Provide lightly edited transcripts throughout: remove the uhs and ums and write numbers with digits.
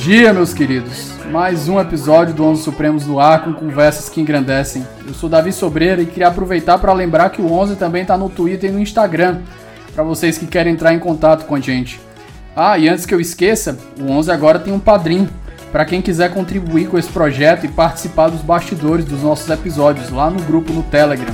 dia, meus queridos. Mais um episódio do 11 Supremos no ar com conversas que engrandecem. Eu sou Davi Sobreira e queria aproveitar para lembrar que o 11 também está no Twitter e no Instagram, para vocês que querem entrar em contato com a gente. E antes que eu esqueça, o 11 agora tem um padrinho, para quem quiser contribuir com esse projeto e participar dos bastidores dos nossos episódios lá no grupo no Telegram.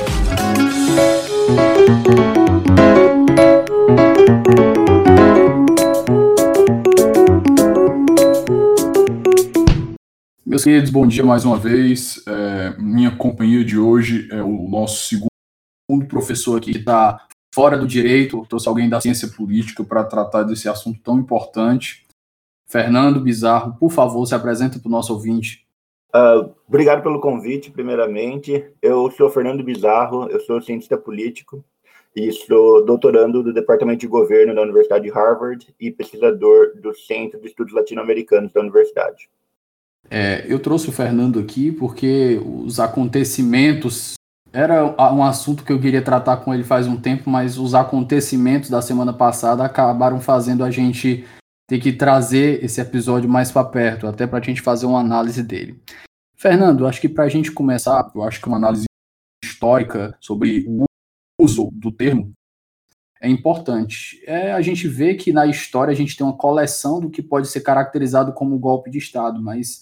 Meus queridos, bom dia mais uma vez. Minha companhia de hoje é o nosso segundo professor aqui que está fora do direito, trouxe alguém da ciência política para tratar desse assunto tão importante. Fernando Bizarro, por favor, se apresenta para o nosso ouvinte. Obrigado pelo convite, primeiramente. Eu sou Fernando Bizarro, eu sou cientista político e sou doutorando do Departamento de Governo da Universidade de Harvard e pesquisador do Centro de Estudos Latino-Americanos da Universidade. Eu trouxe o Fernando aqui porque os acontecimentos... Era um assunto que eu queria tratar com ele faz um tempo, mas os acontecimentos da semana passada acabaram fazendo a gente ter que trazer esse episódio mais para perto, até para a gente fazer uma análise dele. Fernando, acho que para a gente começar, eu acho que uma análise histórica sobre o uso do termo é importante. A gente vê que na história a gente tem uma coleção do que pode ser caracterizado como golpe de Estado, mas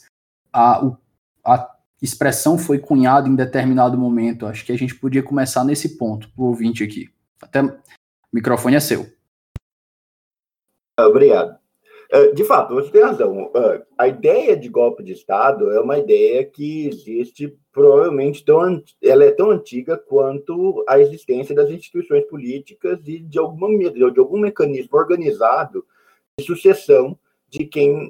a expressão foi cunhada em determinado momento. Acho que a gente podia começar nesse ponto, para o ouvinte aqui. Até o microfone é seu. Obrigado. De fato, você tem razão. A ideia de golpe de Estado é uma ideia que existe, provavelmente, ela é tão antiga quanto a existência das instituições políticas e de algum mecanismo organizado de sucessão de quem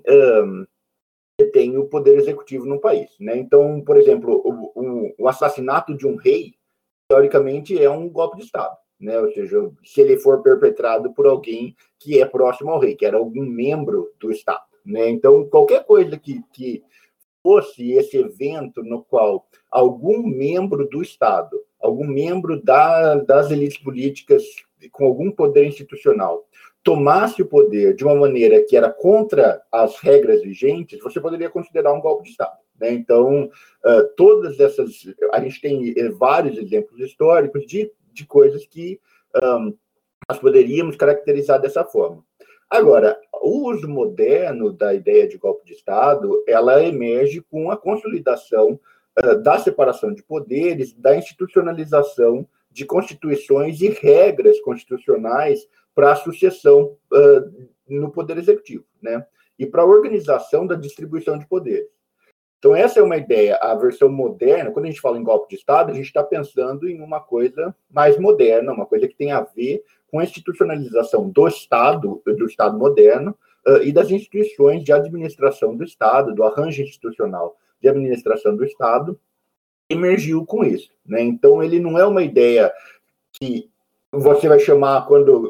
tem o poder executivo no país, né? Então, por exemplo, o assassinato de um rei, teoricamente, é um golpe de Estado, né? Ou seja, se ele for perpetrado por alguém que é próximo ao rei, que era algum membro do Estado, né? Então, qualquer coisa que fosse esse evento no qual algum membro do Estado, algum membro das elites políticas com algum poder institucional tomasse o poder de uma maneira que era contra as regras vigentes, você poderia considerar um golpe de Estado, né? Então, todas essas... A gente tem vários exemplos históricos de coisas que nós poderíamos caracterizar dessa forma. Agora, o uso moderno da ideia de golpe de Estado, ela emerge com a consolidação da separação de poderes, da institucionalização de constituições e regras constitucionais para a sucessão no poder executivo, né? E para a organização da distribuição de poderes. Então, essa é uma ideia, a versão moderna. Quando a gente fala em golpe de Estado, a gente está pensando em uma coisa mais moderna, uma coisa que tem a ver com a institucionalização do Estado moderno e das instituições de administração do Estado, do arranjo institucional de administração do Estado, emergiu com isso, né? Então, ele não é uma ideia que você vai chamar quando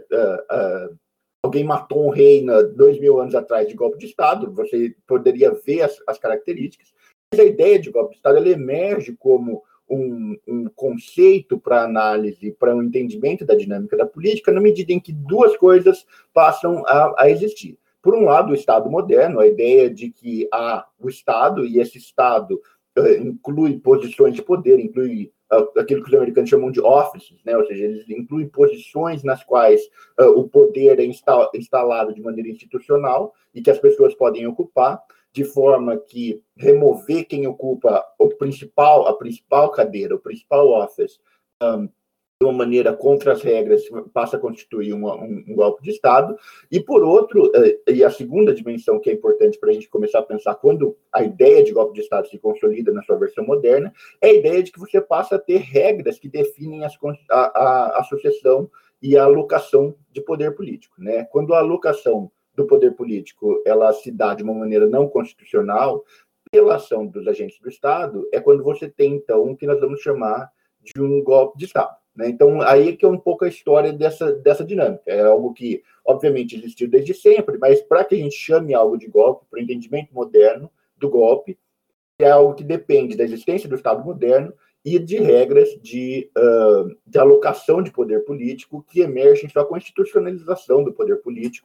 alguém matou um rei 2000 anos atrás de golpe de Estado, você poderia ver as características, mas a ideia de golpe de Estado ela emerge como um conceito para análise, para um entendimento da dinâmica da política, na medida em que duas coisas passam a existir. Por um lado, o Estado moderno, a ideia de que há o Estado, e esse Estado inclui posições de poder, inclui aquilo que os americanos chamam de offices, né? Ou seja, eles incluem posições nas quais o poder é instalado de maneira institucional e que as pessoas podem ocupar, de forma que remover quem ocupa a principal cadeira, o principal office, de uma maneira contra as regras, passa a constituir um golpe de Estado. E, por outro, e a segunda dimensão que é importante para a gente começar a pensar quando a ideia de golpe de Estado se consolida na sua versão moderna, é a ideia de que você passa a ter regras que definem a sucessão e a alocação de poder político, né? Quando a alocação do poder político ela se dá de uma maneira não constitucional, pela ação dos agentes do Estado, é quando você tem, então, o que nós vamos chamar de um golpe de Estado, né? Então, aí que é um pouco a história dessa dinâmica. É algo que, obviamente, existiu desde sempre, mas para que a gente chame algo de golpe, para o entendimento moderno do golpe, é algo que depende da existência do Estado moderno e de regras de alocação de poder político que emergem só com a institucionalização do poder político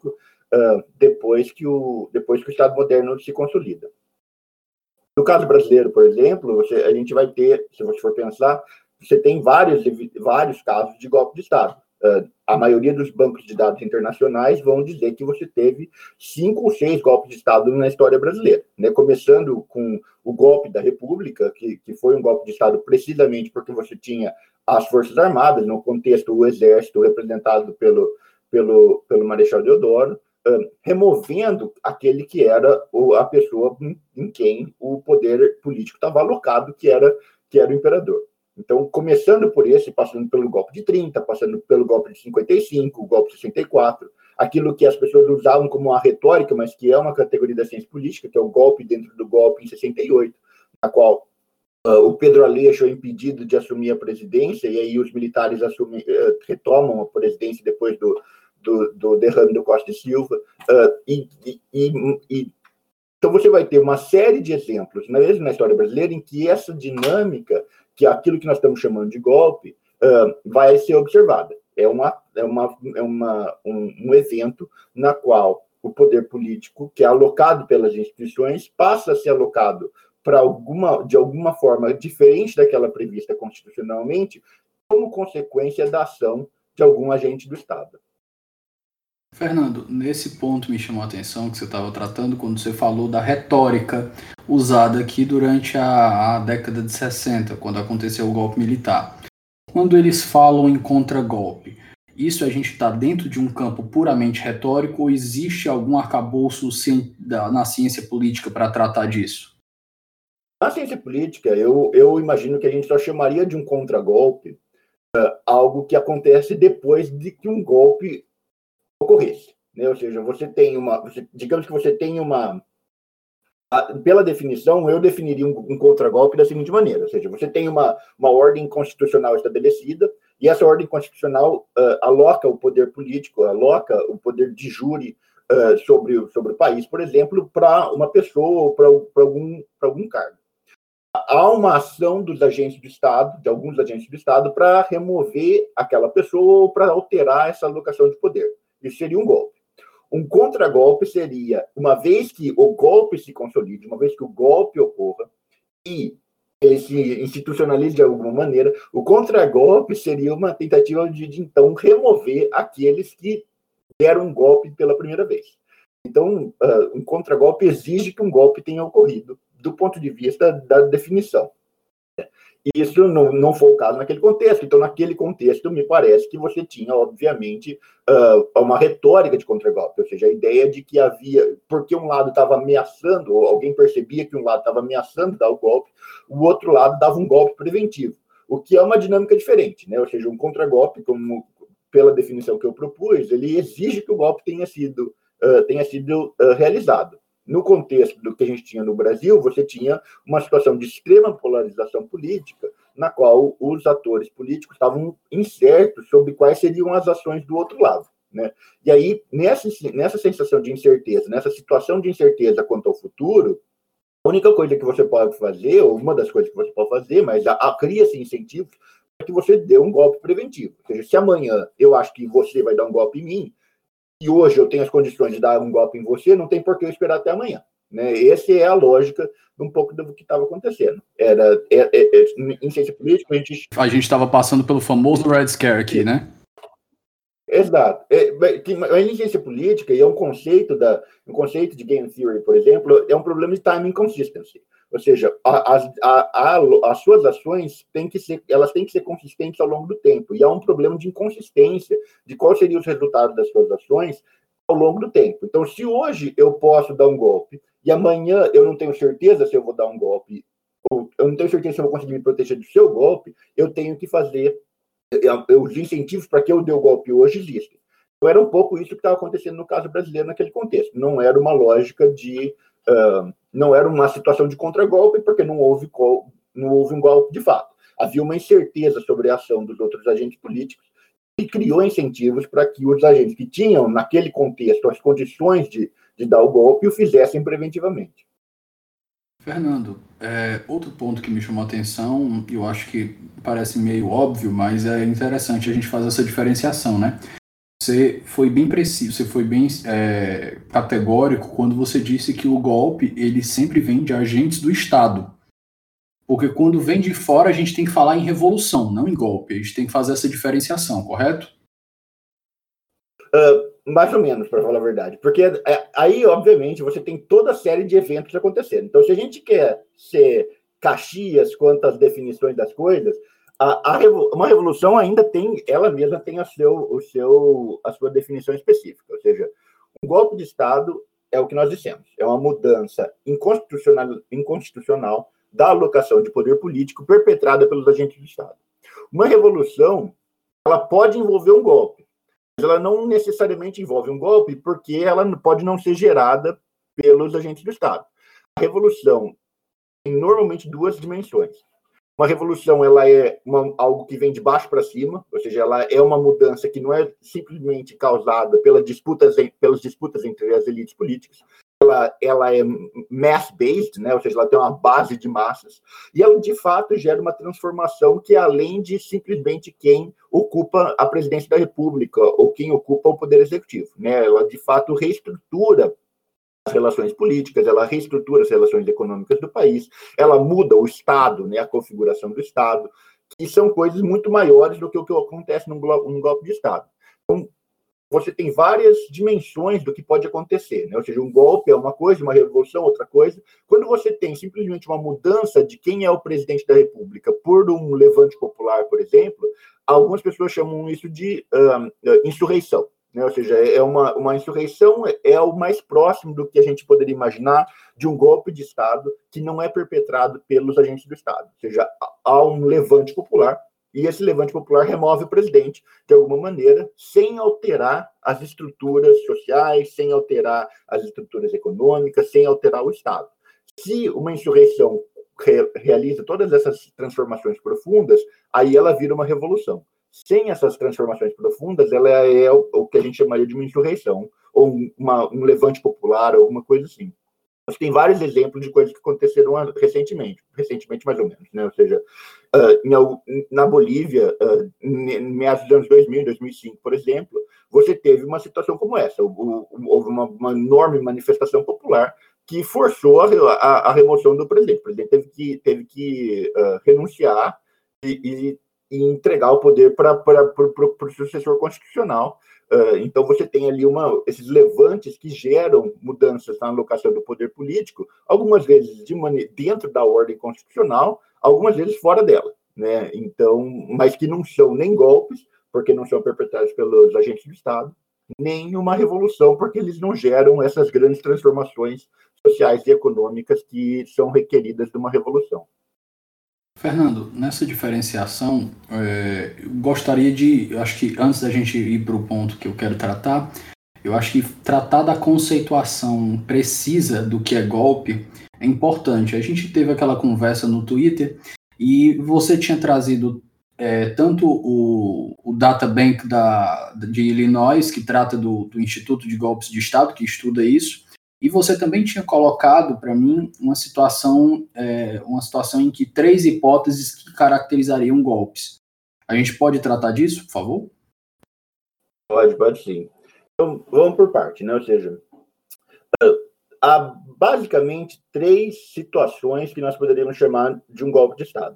depois que o Estado moderno se consolida. No caso brasileiro, por exemplo, a gente vai ter, se você for pensar, você tem vários casos de golpe de Estado. A maioria dos bancos de dados internacionais vão dizer que você teve 5 ou 6 golpes de Estado na história brasileira, né? Começando com o golpe da República, que foi um golpe de Estado precisamente porque você tinha as Forças Armadas, no contexto o Exército, representado pelo Marechal Deodoro, removendo aquele que era a pessoa em quem o poder político estava alocado, que era o imperador. Então, começando por esse, passando pelo golpe de 30, passando pelo golpe de 55, o golpe de 64, aquilo que as pessoas usavam como a retórica, mas que é uma categoria da ciência política, que é o golpe dentro do golpe em 68, na qual o Pedro Aleixo é impedido de assumir a presidência, e aí os militares retomam a presidência depois do derrame do Costa e Silva, então você vai ter uma série de exemplos, mesmo na história brasileira, em que essa dinâmica, que é aquilo que nós estamos chamando de golpe, vai ser observada. É um evento na qual o poder político, que é alocado pelas instituições, passa a ser alocado de alguma forma diferente daquela prevista constitucionalmente, como consequência da ação de algum agente do Estado. Fernando, nesse ponto me chamou a atenção que você estava tratando quando você falou da retórica usada aqui durante a década de 60, quando aconteceu o golpe militar. Quando eles falam em contragolpe, isso a gente está dentro de um campo puramente retórico ou existe algum arcabouço na ciência política para tratar disso? Na ciência política, eu imagino que a gente só chamaria de um contragolpe algo que acontece depois de que um golpe ocorresse, né? Ou seja, digamos que você tem pela definição, eu definiria um contragolpe da seguinte maneira, ou seja, você tem uma ordem constitucional estabelecida, e essa ordem constitucional aloca o poder político, aloca o poder de júri sobre o país, por exemplo, para uma pessoa ou para algum cargo. Há uma ação dos agentes do Estado, de alguns agentes do Estado, para remover aquela pessoa ou para alterar essa alocação de poder. Isso seria um golpe. Um contragolpe seria, uma vez que o golpe se consolide, uma vez que o golpe ocorra e ele se institucionalize de alguma maneira, o contragolpe seria uma tentativa de então, remover aqueles que deram um golpe pela primeira vez. Então, um contragolpe exige que um golpe tenha ocorrido, do ponto de vista da definição. Isso não foi o caso naquele contexto. Então, naquele contexto, me parece que você tinha, obviamente, uma retórica de contragolpe, ou seja, a ideia de que havia, porque um lado estava ameaçando, ou alguém percebia que um lado estava ameaçando dar o golpe, o outro lado dava um golpe preventivo, o que é uma dinâmica diferente, né? Ou seja, um contragolpe, como pela definição que eu propus, ele exige que o golpe tenha sido realizado. No contexto do que a gente tinha no Brasil, você tinha uma situação de extrema polarização política, na qual os atores políticos estavam incertos sobre quais seriam as ações do outro lado, né? E aí, nessa sensação de incerteza, nessa situação de incerteza quanto ao futuro, a única coisa que você pode fazer, ou uma das coisas que você pode fazer, mas cria-se incentivos para que você dê um golpe preventivo. Ou seja, se amanhã eu acho que você vai dar um golpe em mim, e hoje eu tenho as condições de dar um golpe em você, não tem por que eu esperar até amanhã, né? Essa é a lógica de um pouco do que estava acontecendo. Em ciência política, a gente estava passando pelo famoso Red Scare aqui, né? Exato. Em ciência política, e é um conceito de game theory, por exemplo, é um problema de time inconsistency. Ou seja, as suas ações têm que ser consistentes ao longo do tempo. E há um problema de inconsistência de quais seriam os resultados das suas ações ao longo do tempo. Então, se hoje eu posso dar um golpe e amanhã eu não tenho certeza se eu vou dar um golpe, ou eu não tenho certeza se eu vou conseguir me proteger do seu golpe, eu tenho que fazer os incentivos para que eu dê o golpe hoje existem. Então, era um pouco isso que estava acontecendo no caso brasileiro naquele contexto. Não era uma lógica não era uma situação de contragolpe, porque não houve um golpe de fato. Havia uma incerteza sobre a ação dos outros agentes políticos e criou incentivos para que os agentes que tinham, naquele contexto, as condições de dar o golpe, o fizessem preventivamente. Fernando, outro ponto que me chamou a atenção, eu acho que parece meio óbvio, mas é interessante a gente fazer essa diferenciação, né? Você foi bem preciso, você foi bem categórico quando você disse que o golpe ele sempre vem de agentes do Estado. Porque quando vem de fora, a gente tem que falar em revolução, não em golpe. A gente tem que fazer essa diferenciação, correto? Mais ou menos, para falar a verdade. Porque aí, obviamente, você tem toda a série de eventos acontecendo. Então, se a gente quer ser Caxias quanto às definições das coisas, uma revolução ainda tem, ela mesma tem a sua definição específica. Ou seja, um golpe de Estado é o que nós dissemos, é uma mudança inconstitucional da alocação de poder político perpetrada pelos agentes do Estado. Uma revolução, ela pode envolver um golpe, mas ela não necessariamente envolve um golpe, porque ela pode não ser gerada pelos agentes do Estado. A revolução tem normalmente duas dimensões. Uma revolução, ela é algo que vem de baixo para cima, ou seja, ela é uma mudança que não é simplesmente causada pelas disputas entre as elites políticas. Ela é mass-based, né? Ou seja, ela tem uma base de massas, e ela, de fato, gera uma transformação que, além de simplesmente quem ocupa a presidência da República ou quem ocupa o poder executivo, né? Ela, de fato, reestrutura as relações políticas, ela reestrutura as relações econômicas do país, ela muda o Estado, né, a configuração do Estado, que são coisas muito maiores do que o que acontece num golpe de Estado. Então, você tem várias dimensões do que pode acontecer, né? Ou seja, um golpe é uma coisa, uma revolução outra coisa. Quando você tem simplesmente uma mudança de quem é o presidente da República por um levante popular, por exemplo, algumas pessoas chamam isso de insurreição. Né? Ou seja, uma insurreição é o mais próximo do que a gente poderia imaginar de um golpe de Estado que não é perpetrado pelos agentes do Estado. Ou seja, há um levante popular e esse levante popular remove o presidente de alguma maneira, sem alterar as estruturas sociais, sem alterar as estruturas econômicas, sem alterar o Estado. Se uma insurreição realiza todas essas transformações profundas, aí ela vira uma revolução. Sem essas transformações profundas, ela é o que a gente chamaria de uma insurreição, ou um levante popular, alguma coisa assim. Mas tem vários exemplos de coisas que aconteceram recentemente mais ou menos, né? Ou seja, na Bolívia, em meados dos anos 2000, 2005, por exemplo, você teve uma situação como essa. Houve uma enorme manifestação popular que forçou a remoção do presidente. O presidente teve que renunciar e entregar o poder para o sucessor constitucional. Então, você tem ali esses levantes que geram mudanças na alocação do poder político, algumas vezes dentro da ordem constitucional, algumas vezes fora dela, né? Então, mas que não são nem golpes, porque não são perpetrados pelos agentes do Estado, nem uma revolução, porque eles não geram essas grandes transformações sociais e econômicas que são requeridas de uma revolução. Fernando, nessa diferenciação, eu gostaria acho que antes da gente ir para o ponto que eu quero tratar, eu acho que tratar da conceituação precisa do que é golpe é importante. A gente teve aquela conversa no Twitter e você tinha trazido tanto o Data Bank de Illinois, que trata do Instituto de Golpes de Estado, que estuda isso, e você também tinha colocado para mim uma situação em que 3 hipóteses que caracterizariam golpes. A gente pode tratar disso, por favor? Pode sim. Então, vamos por parte, né? Ou seja, há basicamente 3 situações que nós poderíamos chamar de um golpe de Estado.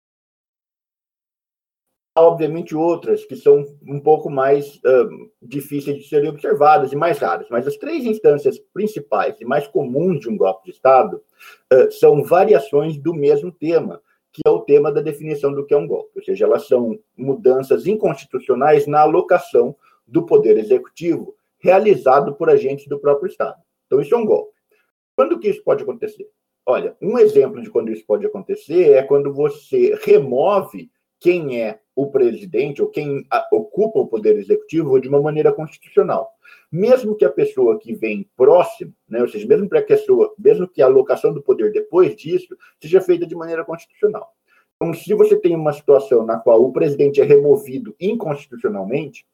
Há, obviamente, outras que são um pouco mais difíceis de serem observadas e mais raras, mas as 3 instâncias principais e mais comuns de um golpe de Estado são variações do mesmo tema, que é o tema da definição do que é um golpe. Ou seja, elas são mudanças inconstitucionais na alocação do poder executivo realizado por agentes do próprio Estado. Então, isso é um golpe. Quando que isso pode acontecer? Olha, um exemplo de quando isso pode acontecer é quando você remove quem é o presidente ou quem ocupa o poder executivo de uma maneira constitucional. Mesmo que a pessoa que vem próximo, né, ou seja, mesmo que a alocação do poder depois disso seja feita de maneira constitucional. Então, se você tem uma situação na qual o presidente é removido inconstitucionalmente,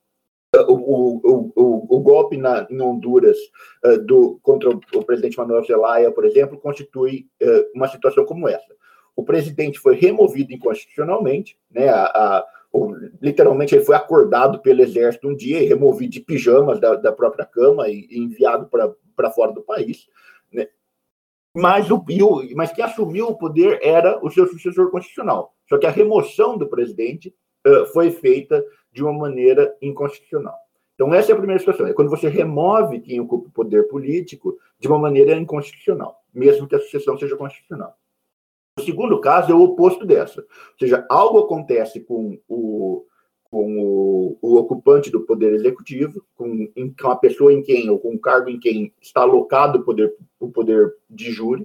o golpe em Honduras contra o presidente Manuel Zelaya, por exemplo, constitui uma situação como essa. O presidente foi removido inconstitucionalmente, né? literalmente ele foi acordado pelo exército um dia e removido de pijamas da própria cama e enviado para fora do país, né? Mas quem assumiu o poder era o seu sucessor constitucional. Só que a remoção do presidente foi feita de uma maneira inconstitucional. Então, essa é a primeira situação. É quando você remove quem ocupa o poder político de uma maneira inconstitucional, mesmo que a sucessão seja constitucional. O segundo caso é o oposto dessa. Ou seja, algo acontece com o ocupante do poder executivo, com a pessoa em quem, ou com o cargo em quem está alocado o poder de júri,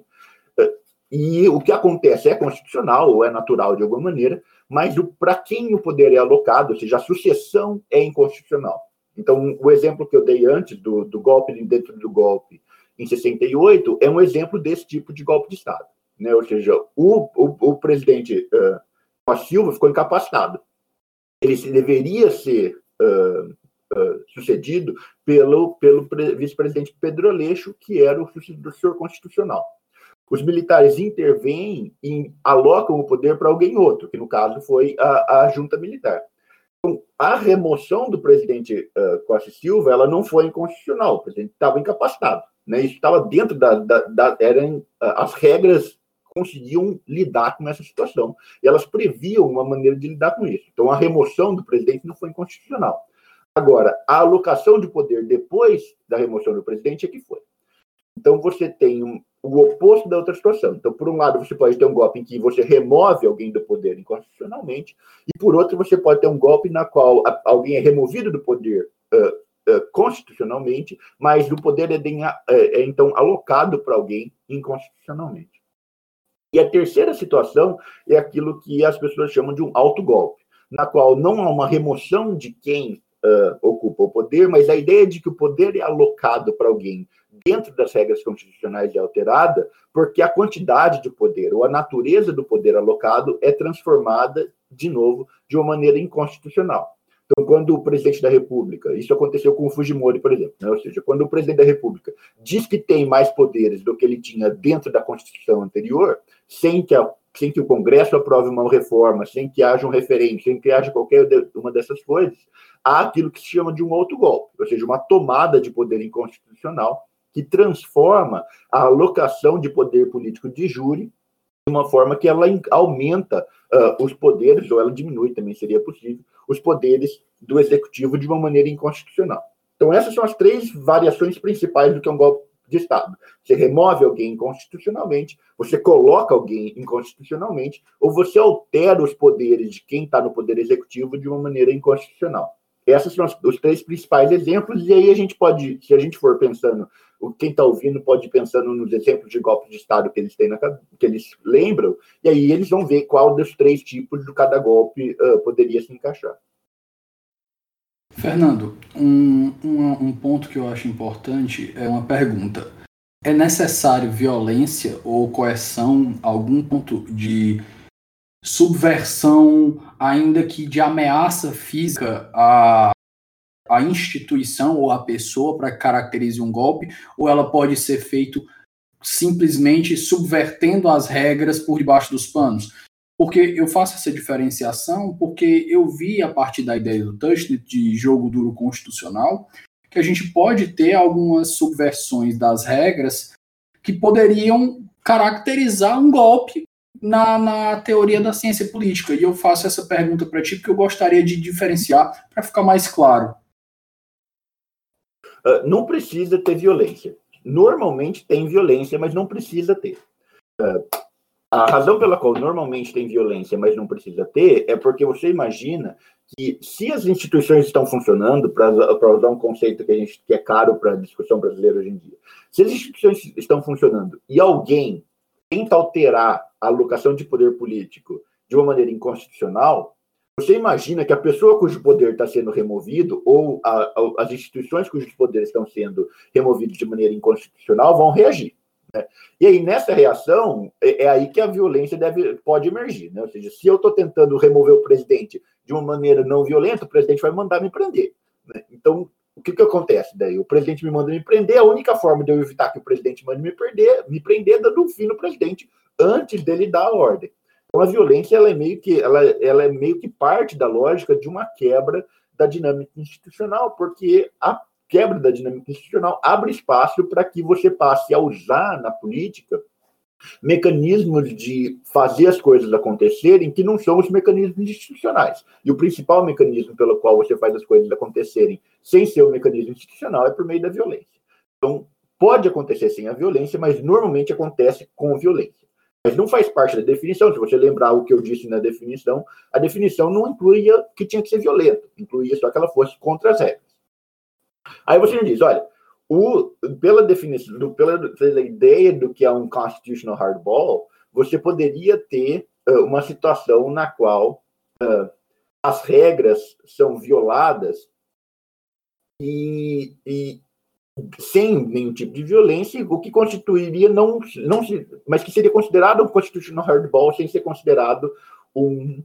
e o que acontece é constitucional ou é natural de alguma maneira, mas para quem o poder é alocado, ou seja, a sucessão é inconstitucional. Então, o exemplo que eu dei antes do golpe dentro do golpe em 68 é um exemplo desse tipo de golpe de Estado, né? Ou seja, o presidente Silva ficou incapacitado. Ele deveria ser sucedido pelo vice-presidente Pedro Aleixo, que era o sucessor constitucional. Os militares intervêm e alocam o poder para alguém outro, que no caso foi a junta militar. Então, a remoção do presidente Costa e Silva, ela não foi inconstitucional, o presidente estava incapacitado, né? Isso estava dentro as regras conseguiam lidar com essa situação, e elas previam uma maneira de lidar com isso. Então, a remoção do presidente não foi inconstitucional. Agora, a alocação de poder depois da remoção do presidente é que foi. Então, você tem o oposto da outra situação. Então, por um lado, você pode ter um golpe em que você remove alguém do poder inconstitucionalmente, e por outro, você pode ter um golpe na qual alguém é removido do poder constitucionalmente, mas o poder é então alocado para alguém inconstitucionalmente. E a terceira situação é aquilo que as pessoas chamam de um autogolpe, na qual não há uma remoção de quem ocupa o poder, mas a ideia de que o poder é alocado para alguém dentro das regras constitucionais é alterada, porque a quantidade de poder ou a natureza do poder alocado é transformada, de novo, de uma maneira inconstitucional. Então, quando o presidente da República, isso aconteceu com o Fujimori, por exemplo, né? Ou seja, quando o presidente da República diz que tem mais poderes do que ele tinha dentro da Constituição anterior, sem que o Congresso aprove uma reforma, sem que haja um referendo, sem que haja qualquer uma dessas coisas, há aquilo que se chama de um autogolpe, ou seja, uma tomada de poder inconstitucional que transforma a alocação de poder político de júri de uma forma que ela aumenta os poderes, ou ela diminui, também seria possível, os poderes do executivo de uma maneira inconstitucional. Então, essas são as três variações principais do que é um golpe de Estado. Você remove alguém inconstitucionalmente, você coloca alguém inconstitucionalmente, ou você altera os poderes de quem está no poder executivo de uma maneira inconstitucional. Esses são os três principais exemplos, e aí a gente pode, se a gente for pensando, quem está ouvindo pode ir pensando nos exemplos de golpe de Estado que eles têm que eles lembram, e aí eles vão ver qual dos três tipos de cada golpe poderia se encaixar. Fernando, um ponto que eu acho importante é uma pergunta. É necessário violência ou coerção, algum ponto de subversão, ainda que de ameaça física à instituição ou à pessoa para que caracterize um golpe, ou ela pode ser feito simplesmente subvertendo as regras por debaixo dos panos? Porque eu faço essa diferenciação porque eu vi, a partir da ideia do Tushnet de jogo duro constitucional, que a gente pode ter algumas subversões das regras que poderiam caracterizar um golpe na teoria da ciência política. E eu faço essa pergunta para ti porque eu gostaria de diferenciar para ficar mais claro. Não precisa ter violência. Normalmente tem violência, mas não precisa ter. A razão pela qual normalmente tem violência, mas não precisa ter, é porque você imagina que se as instituições estão funcionando, para usar um conceito que é caro para a discussão brasileira hoje em dia, se as instituições estão funcionando e alguém tenta alterar a alocação de poder político de uma maneira inconstitucional, você imagina que a pessoa cujo poder está sendo removido ou as instituições cujos poderes estão sendo removidos de maneira inconstitucional vão reagir. Né? E aí, nessa reação, é aí que a violência pode emergir. Né? Ou seja, se eu estou tentando remover o presidente de uma maneira não violenta, o presidente vai mandar me prender. Né? Então, o que acontece daí? O presidente me manda me prender, a única forma de eu evitar que o presidente mande me prender é dando um fim no presidente antes dele dar a ordem. Então, a violência ela é meio que parte da lógica de uma quebra da dinâmica institucional, porque a quebra da dinâmica institucional abre espaço para que você passe a usar na política mecanismos de fazer as coisas acontecerem que não são os mecanismos institucionais. E o principal mecanismo pelo qual você faz as coisas acontecerem sem ser o mecanismo institucional é por meio da violência. Então, pode acontecer sem a violência, mas normalmente acontece com violência. Mas não faz parte da definição. Se você lembrar o que eu disse na definição, a definição não incluía que tinha que ser violento, incluía só que ela fosse contra as regras. Aí você me diz, olha, pela definição, pela ideia do que é um constitutional hardball, você poderia ter uma situação na qual as regras são violadas e sem nenhum tipo de violência, o que constituiria mas que seria considerado um constitutional hardball sem ser considerado um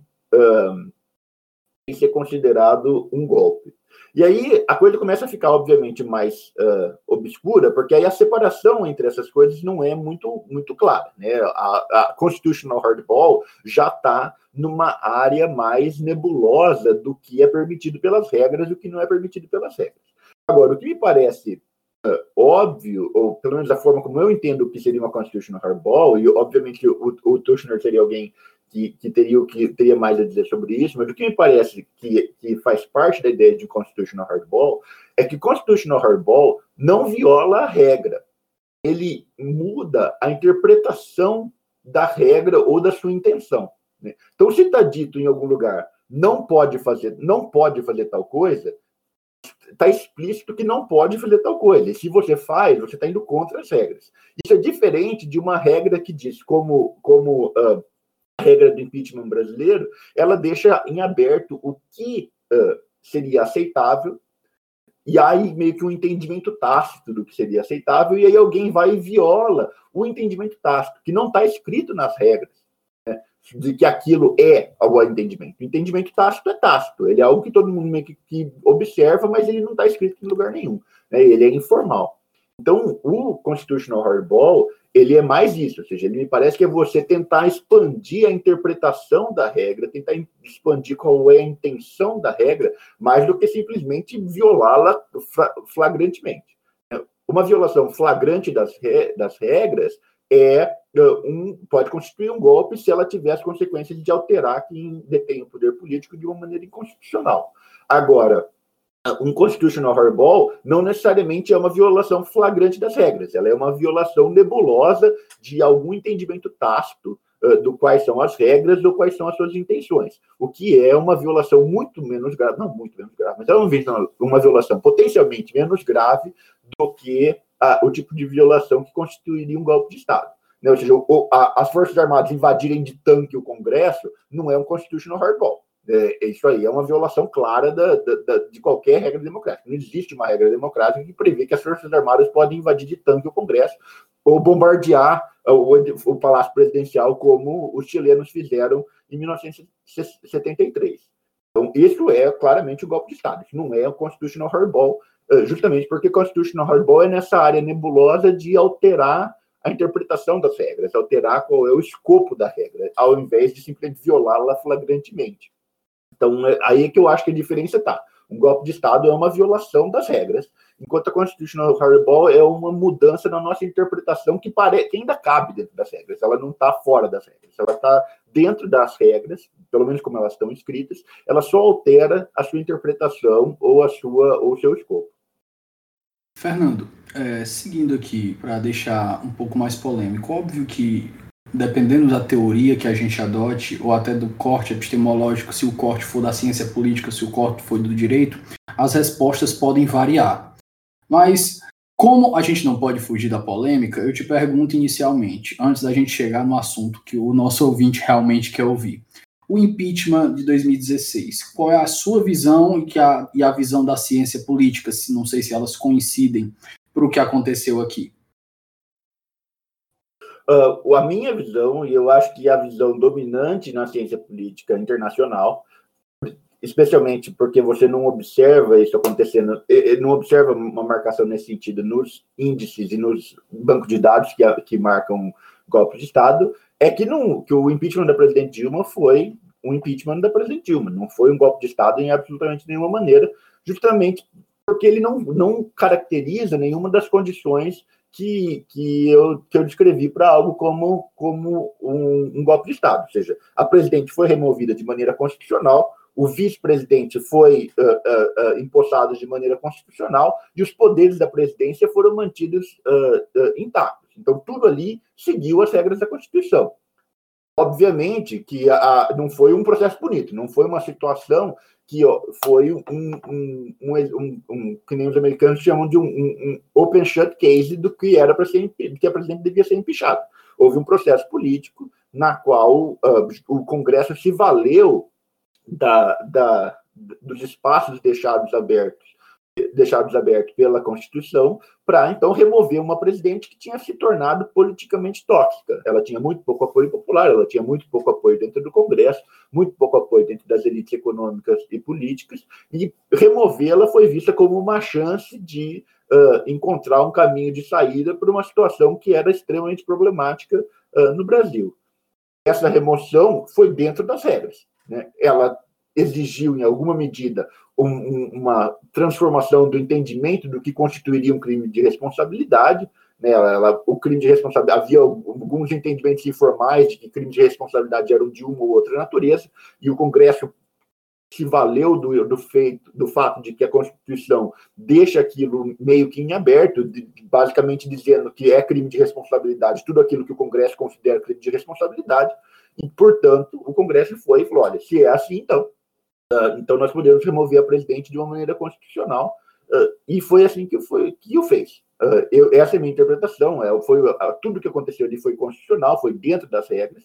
golpe. E aí a coisa começa a ficar, obviamente, mais obscura, porque aí a separação entre essas coisas não é muito, muito clara, né? A constitutional hardball já está numa área mais nebulosa do que é permitido pelas regras e o que não é permitido pelas regras. Agora, o que me parece óbvio, ou pelo menos a forma como eu entendo o que seria uma constitutional hardball, e obviamente o Tushner seria alguém que teria mais a dizer sobre isso, mas o que me parece que faz parte da ideia de constitutional hardball é que constitutional hardball não viola a regra. Ele muda a interpretação da regra ou da sua intenção, né? Então, se está dito em algum lugar, não pode fazer tal coisa, está explícito que não pode fazer tal coisa. E se você faz, você está indo contra as regras. Isso é diferente de uma regra que diz, como a regra do impeachment brasileiro, ela deixa em aberto o que seria aceitável, e aí meio que um entendimento tácito do que seria aceitável, e aí alguém vai e viola o entendimento tácito, que não está escrito nas regras, né, de que aquilo é o entendimento. O entendimento tácito é tácito, ele é algo que todo mundo meio que observa, mas ele não está escrito em lugar nenhum, né, ele é informal. Então, o constitutional hardball, ele é mais isso, ou seja, ele me parece que é você tentar expandir a interpretação da regra, tentar expandir qual é a intenção da regra, mais do que simplesmente violá-la flagrantemente. Uma violação flagrante das regras pode constituir um golpe se ela tiver as consequências de alterar quem detém o poder político de uma maneira inconstitucional. Agora, um constitutional hardball não necessariamente é uma violação flagrante das regras, ela é uma violação nebulosa de algum entendimento tácito do quais são as regras ou quais são as suas intenções, o que é uma violação muito menos grave, não muito menos grave, mas é uma violação potencialmente menos grave do que o tipo de violação que constituiria um golpe de Estado. Né? Ou seja, as Forças Armadas invadirem de tanque o Congresso não é um constitutional hardball. Isso aí é uma violação clara de qualquer regra democrática. Não existe uma regra democrática que prevê que as Forças Armadas podem invadir de tanque o Congresso ou bombardear o Palácio Presidencial, como os chilenos fizeram em 1973. Então, isso é claramente um golpe de Estado. Isso não é o constitutional hardball, justamente porque constitutional hardball é nessa área nebulosa de alterar a interpretação das regras, alterar qual é o escopo da regra, ao invés de simplesmente violá-la flagrantemente. Então, aí é que eu acho que a diferença está. Um golpe de Estado é uma violação das regras, enquanto a constitutional hardball é uma mudança na nossa interpretação que ainda cabe dentro das regras. Ela não está fora das regras. Ela está dentro das regras, pelo menos como elas estão escritas, ela só altera a sua interpretação ou o seu escopo. Fernando, seguindo aqui, para deixar um pouco mais polêmico, óbvio que dependendo da teoria que a gente adote, ou até do corte epistemológico, se o corte for da ciência política, se o corte for do direito, as respostas podem variar. Mas, como a gente não pode fugir da polêmica, eu te pergunto inicialmente, antes da gente chegar no assunto que o nosso ouvinte realmente quer ouvir. O impeachment de 2016, qual é a sua visão e a visão da ciência política? Não sei se elas coincidem para o que aconteceu aqui. A minha visão, e eu acho que a visão dominante na ciência política internacional, especialmente porque você não observa isso acontecendo, não observa uma marcação nesse sentido nos índices e nos bancos de dados que marcam golpes de Estado, é que o impeachment da presidente Dilma foi um impeachment da presidente Dilma, não foi um golpe de Estado em absolutamente nenhuma maneira, justamente porque ele não caracteriza nenhuma das condições que eu descrevi para algo como um golpe de Estado. Ou seja, a presidente foi removida de maneira constitucional, o vice-presidente foi empossado de maneira constitucional e os poderes da presidência foram mantidos intactos. Então, tudo ali seguiu as regras da Constituição. Obviamente que não foi um processo bonito, não foi uma situação que foi que nem os americanos chamam de um open shut case do que era para ser que a presidente devia ser empichada. Houve um processo político na qual o Congresso se valeu dos espaços deixados abertos pela Constituição para, então, remover uma presidente que tinha se tornado politicamente tóxica. Ela tinha muito pouco apoio popular, ela tinha muito pouco apoio dentro do Congresso, muito pouco apoio dentro das elites econômicas e políticas, e removê-la foi vista como uma chance de encontrar um caminho de saída para uma situação que era extremamente problemática no Brasil. Essa remoção foi dentro das regras, né? Ela exigiu, em alguma medida, uma transformação do entendimento do que constituiria um crime de responsabilidade, né? O crime de responsabilidade, havia alguns entendimentos informais de que crimes de responsabilidade eram de uma ou outra natureza, e o Congresso se valeu do fato de que a Constituição deixa aquilo meio que em aberto, basicamente dizendo que é crime de responsabilidade tudo aquilo que o Congresso considera crime de responsabilidade, e, portanto, o Congresso foi e falou, olha, se é assim, então nós podemos remover a presidente de uma maneira constitucional, e foi assim que o fez. Essa é a minha interpretação, tudo que aconteceu ali foi constitucional, foi dentro das regras,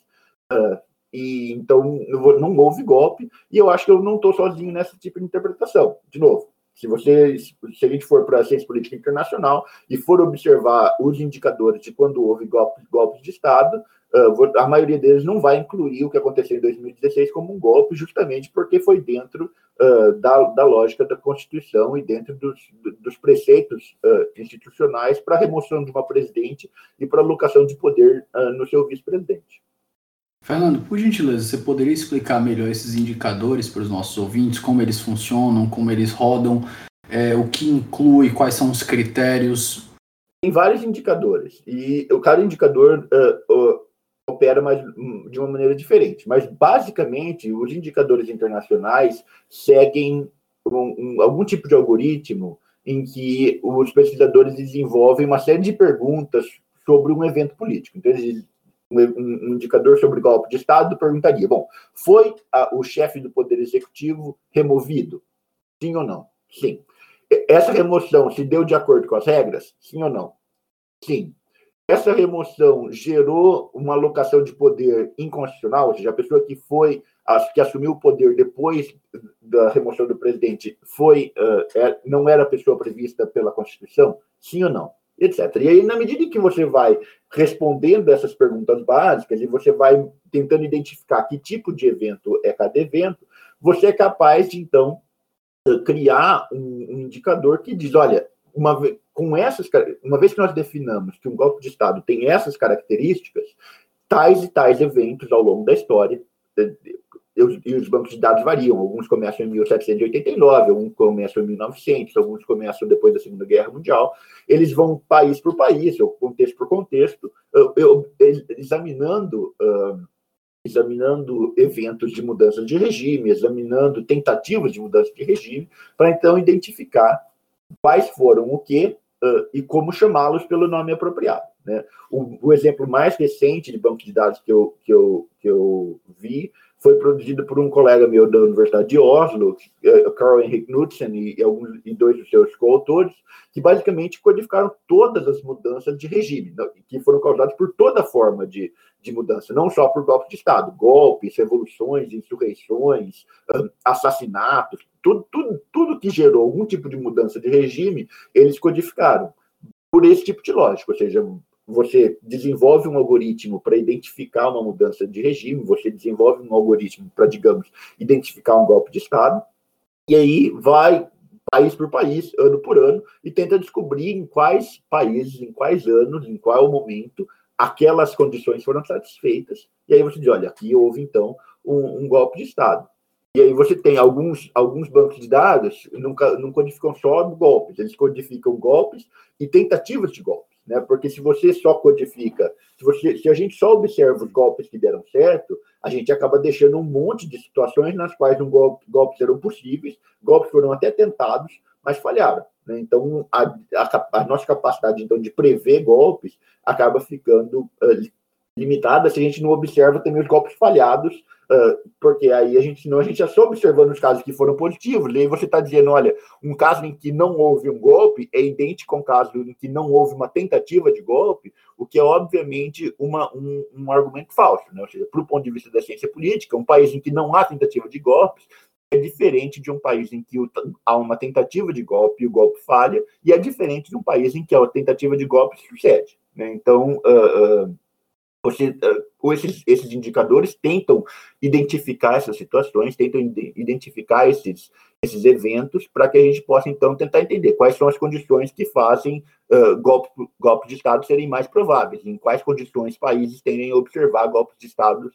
e então não houve golpe, e eu acho que eu não estou sozinho nesse tipo de interpretação. De novo, se a gente for para a ciência política internacional e for observar os indicadores de quando houve golpes de Estado, a maioria deles não vai incluir o que aconteceu em 2016 como um golpe, justamente porque foi dentro da lógica da Constituição e dentro dos preceitos institucionais para a remoção de uma presidente e para a alocação de poder no seu vice-presidente. Fernando, por gentileza, você poderia explicar melhor esses indicadores para os nossos ouvintes, como eles funcionam, como eles rodam, o que inclui, quais são os critérios? Tem vários indicadores, e cada indicador opera de uma maneira diferente, mas basicamente os indicadores internacionais seguem algum tipo de algoritmo em que os pesquisadores desenvolvem uma série de perguntas sobre um evento político. Então, um indicador sobre golpe de Estado perguntaria, foi o chefe do Poder Executivo removido? Sim ou não? Sim. Essa remoção se deu de acordo com as regras? Sim ou não? Sim. Essa remoção gerou uma alocação de poder inconstitucional, ou seja, a pessoa que assumiu o poder depois da remoção do presidente não era a pessoa prevista pela Constituição? Sim ou não? Etc. E aí, na medida em que você vai respondendo essas perguntas básicas e você vai tentando identificar que tipo de evento é cada evento, você é capaz de, então, criar um indicador que diz, olha, uma vez que nós definamos que um golpe de Estado tem essas características, tais e tais eventos ao longo da história, e os bancos de dados variam, alguns começam em 1789, alguns começam em 1900, alguns começam depois da Segunda Guerra Mundial, eles vão país por país, ou contexto por contexto, examinando eventos de mudança de regime, examinando tentativas de mudança de regime, para então identificar quais foram o quê e como chamá-los pelo nome apropriado, né? O exemplo mais recente de banco de dados que eu vi foi produzido por um colega meu da Universidade de Oslo, Carl Henrik Knudsen, e dois dos seus coautores, que basicamente codificaram todas as mudanças de regime, que foram causadas por toda forma de mudança, não só por golpe de Estado, golpes, revoluções, insurreições, assassinatos, tudo que gerou algum tipo de mudança de regime, eles codificaram por esse tipo de lógica, ou seja, você desenvolve um algoritmo para identificar uma mudança de regime, você desenvolve um algoritmo para, digamos, identificar um golpe de Estado, e aí vai país por país, ano por ano, e tenta descobrir em quais países, em quais anos, em qual momento aquelas condições foram satisfeitas, e aí você diz, olha, aqui houve, então, um golpe de Estado. E aí você tem alguns bancos de dados não codificam só golpes, eles codificam golpes e tentativas de golpes, né? Porque se você só codifica, se a gente só observa os golpes que deram certo, a gente acaba deixando um monte de situações nas quais golpes eram possíveis, golpes foram até tentados, mas falharam, né? Então, a nossa capacidade, então, de prever golpes acaba ficando limitada se a gente não observa também os golpes falhados, porque aí senão a gente já só observando os casos que foram positivos, e aí você está dizendo, olha, um caso em que não houve um golpe é idêntico a um caso em que não houve uma tentativa de golpe, o que é obviamente um argumento falso, né? Ou seja, para o ponto de vista da ciência política, um país em que não há tentativa de golpes é diferente de um país em que há uma tentativa de golpe e o golpe falha, e é diferente de um país em que a tentativa de golpe sucede, né? Então, esses indicadores tentam identificar essas situações, tentam identificar esses eventos para que a gente possa, então, tentar entender quais são as condições que fazem golpes de Estado serem mais prováveis, em quais condições países tendem a observar golpes de Estado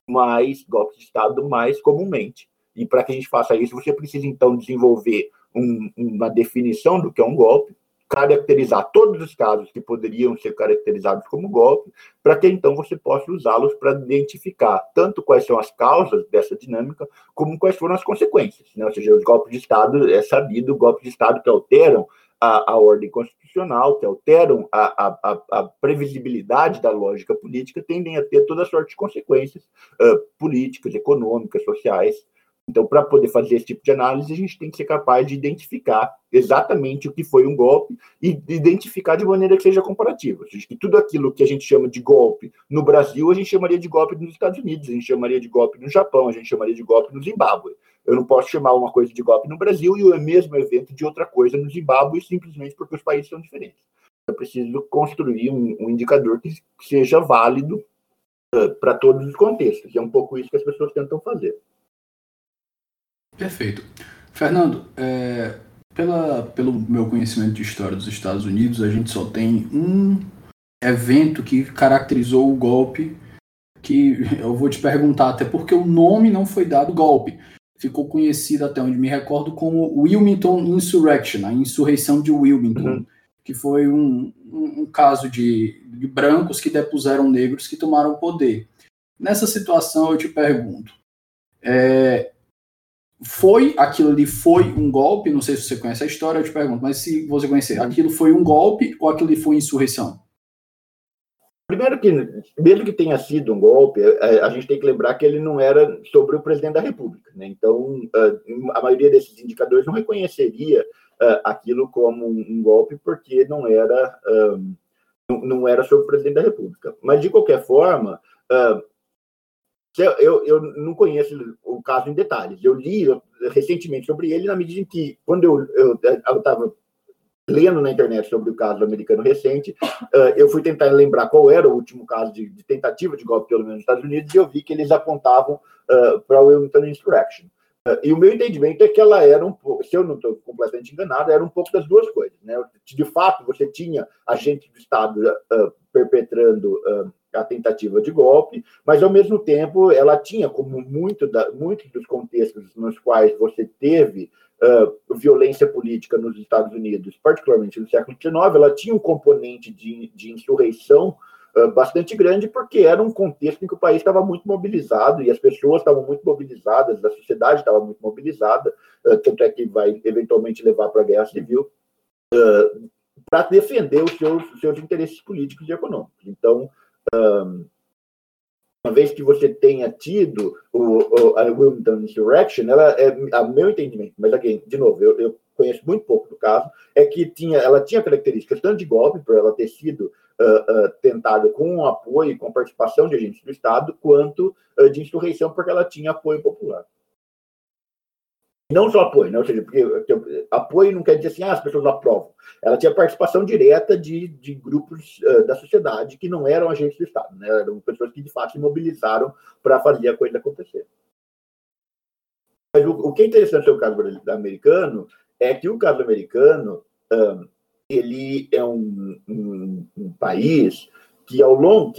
mais comumente. E para que a gente faça isso, você precisa, então, desenvolver uma definição do que é um golpe, caracterizar todos os casos que poderiam ser caracterizados como golpe, para que então você possa usá-los para identificar tanto quais são as causas dessa dinâmica, como quais foram as consequências, né? Ou seja, os golpes de Estado, é sabido, golpes de Estado que alteram a ordem constitucional, que alteram a previsibilidade da lógica política, tendem a ter toda sorte de consequências políticas, econômicas, sociais. Então, para poder fazer esse tipo de análise, a gente tem que ser capaz de identificar exatamente o que foi um golpe e identificar de maneira que seja comparativa. Ou seja, que tudo aquilo que a gente chama de golpe no Brasil, a gente chamaria de golpe nos Estados Unidos, a gente chamaria de golpe no Japão, a gente chamaria de golpe no Zimbábue. Eu não posso chamar uma coisa de golpe no Brasil e o mesmo evento de outra coisa no Zimbábue, simplesmente porque os países são diferentes. Eu preciso construir um indicador que seja válido para todos os contextos. E é um pouco isso que as pessoas tentam fazer. Perfeito. Fernando, pelo meu conhecimento de história dos Estados Unidos, a gente só tem um evento que caracterizou o golpe, que eu vou te perguntar até porque o nome não foi dado golpe. Ficou conhecido, até onde me recordo, como Wilmington Insurrection, a insurreição de Wilmington, que foi um caso de brancos que depuseram negros que tomaram o poder. Nessa situação, eu te pergunto, aquilo ali foi um golpe? Não sei se você conhece a história, eu te pergunto, mas se você conhecer, aquilo foi um golpe ou aquilo ali foi insurreição? Primeiro que, mesmo que tenha sido um golpe, a gente tem que lembrar que ele não era sobre o presidente da República, né? Então, a maioria desses indicadores não reconheceria aquilo como um golpe porque não era sobre o presidente da República. Mas, de qualquer forma, eu não conheço o caso em detalhes. Eu li recentemente sobre ele, na medida em que, quando eu estava lendo na internet sobre o caso americano recente, eu fui tentar lembrar qual era o último caso de tentativa de golpe, pelo menos nos Estados Unidos, e eu vi que eles apontavam para o Wilmington Insurrection. E o meu entendimento é que ela era um pouco, se eu não estou completamente enganado, era um pouco das duas coisas, né? De fato, você tinha agentes do Estado perpetrando a tentativa de golpe, mas, ao mesmo tempo, ela tinha, como muitos dos contextos nos quais você teve violência política nos Estados Unidos, particularmente no século XIX, ela tinha um componente de insurreição bastante grande, porque era um contexto em que o país estava muito mobilizado e as pessoas estavam muito mobilizadas, a sociedade estava muito mobilizada, tanto é que vai eventualmente levar para a guerra civil, para defender os seus interesses políticos e econômicos. Então, uma vez que você tenha tido a Wilmington Insurrection, ela a meu entendimento, mas aqui, de novo, eu conheço muito pouco do caso, é que ela tinha características tanto de golpe, por ela ter sido tentada com o apoio e com a participação de agentes do Estado, quanto de insurreição, porque ela tinha apoio popular. Não só apoio, né? Ou seja, porque apoio não quer dizer assim, as pessoas aprovam. Ela tinha participação direta de grupos da sociedade que não eram agentes do Estado, né? Eram pessoas que, de fato, se mobilizaram para fazer a coisa acontecer. Mas o que é interessante sobre o caso americano é que o caso americano ele é um país que ao longo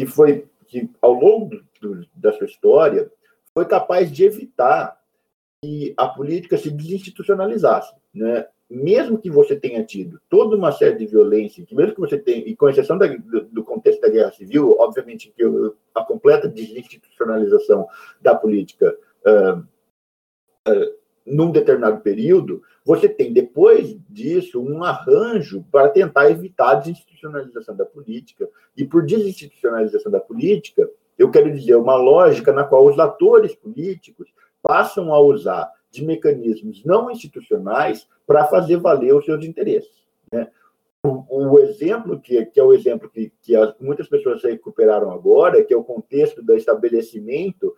da sua história foi capaz de evitar que a política se desinstitucionalizasse, né? Mesmo que você tenha tido toda uma série de violência, mesmo que você tenha, e com exceção do contexto da Guerra Civil, obviamente que a completa desinstitucionalização da política num determinado período, você tem, depois disso, um arranjo para tentar evitar a desinstitucionalização da política. E por desinstitucionalização da política, eu quero dizer uma lógica na qual os atores políticos passam a usar de mecanismos não institucionais para fazer valer os seus interesses, né? O exemplo que é o exemplo que muitas pessoas recuperaram agora, que é o contexto do estabelecimento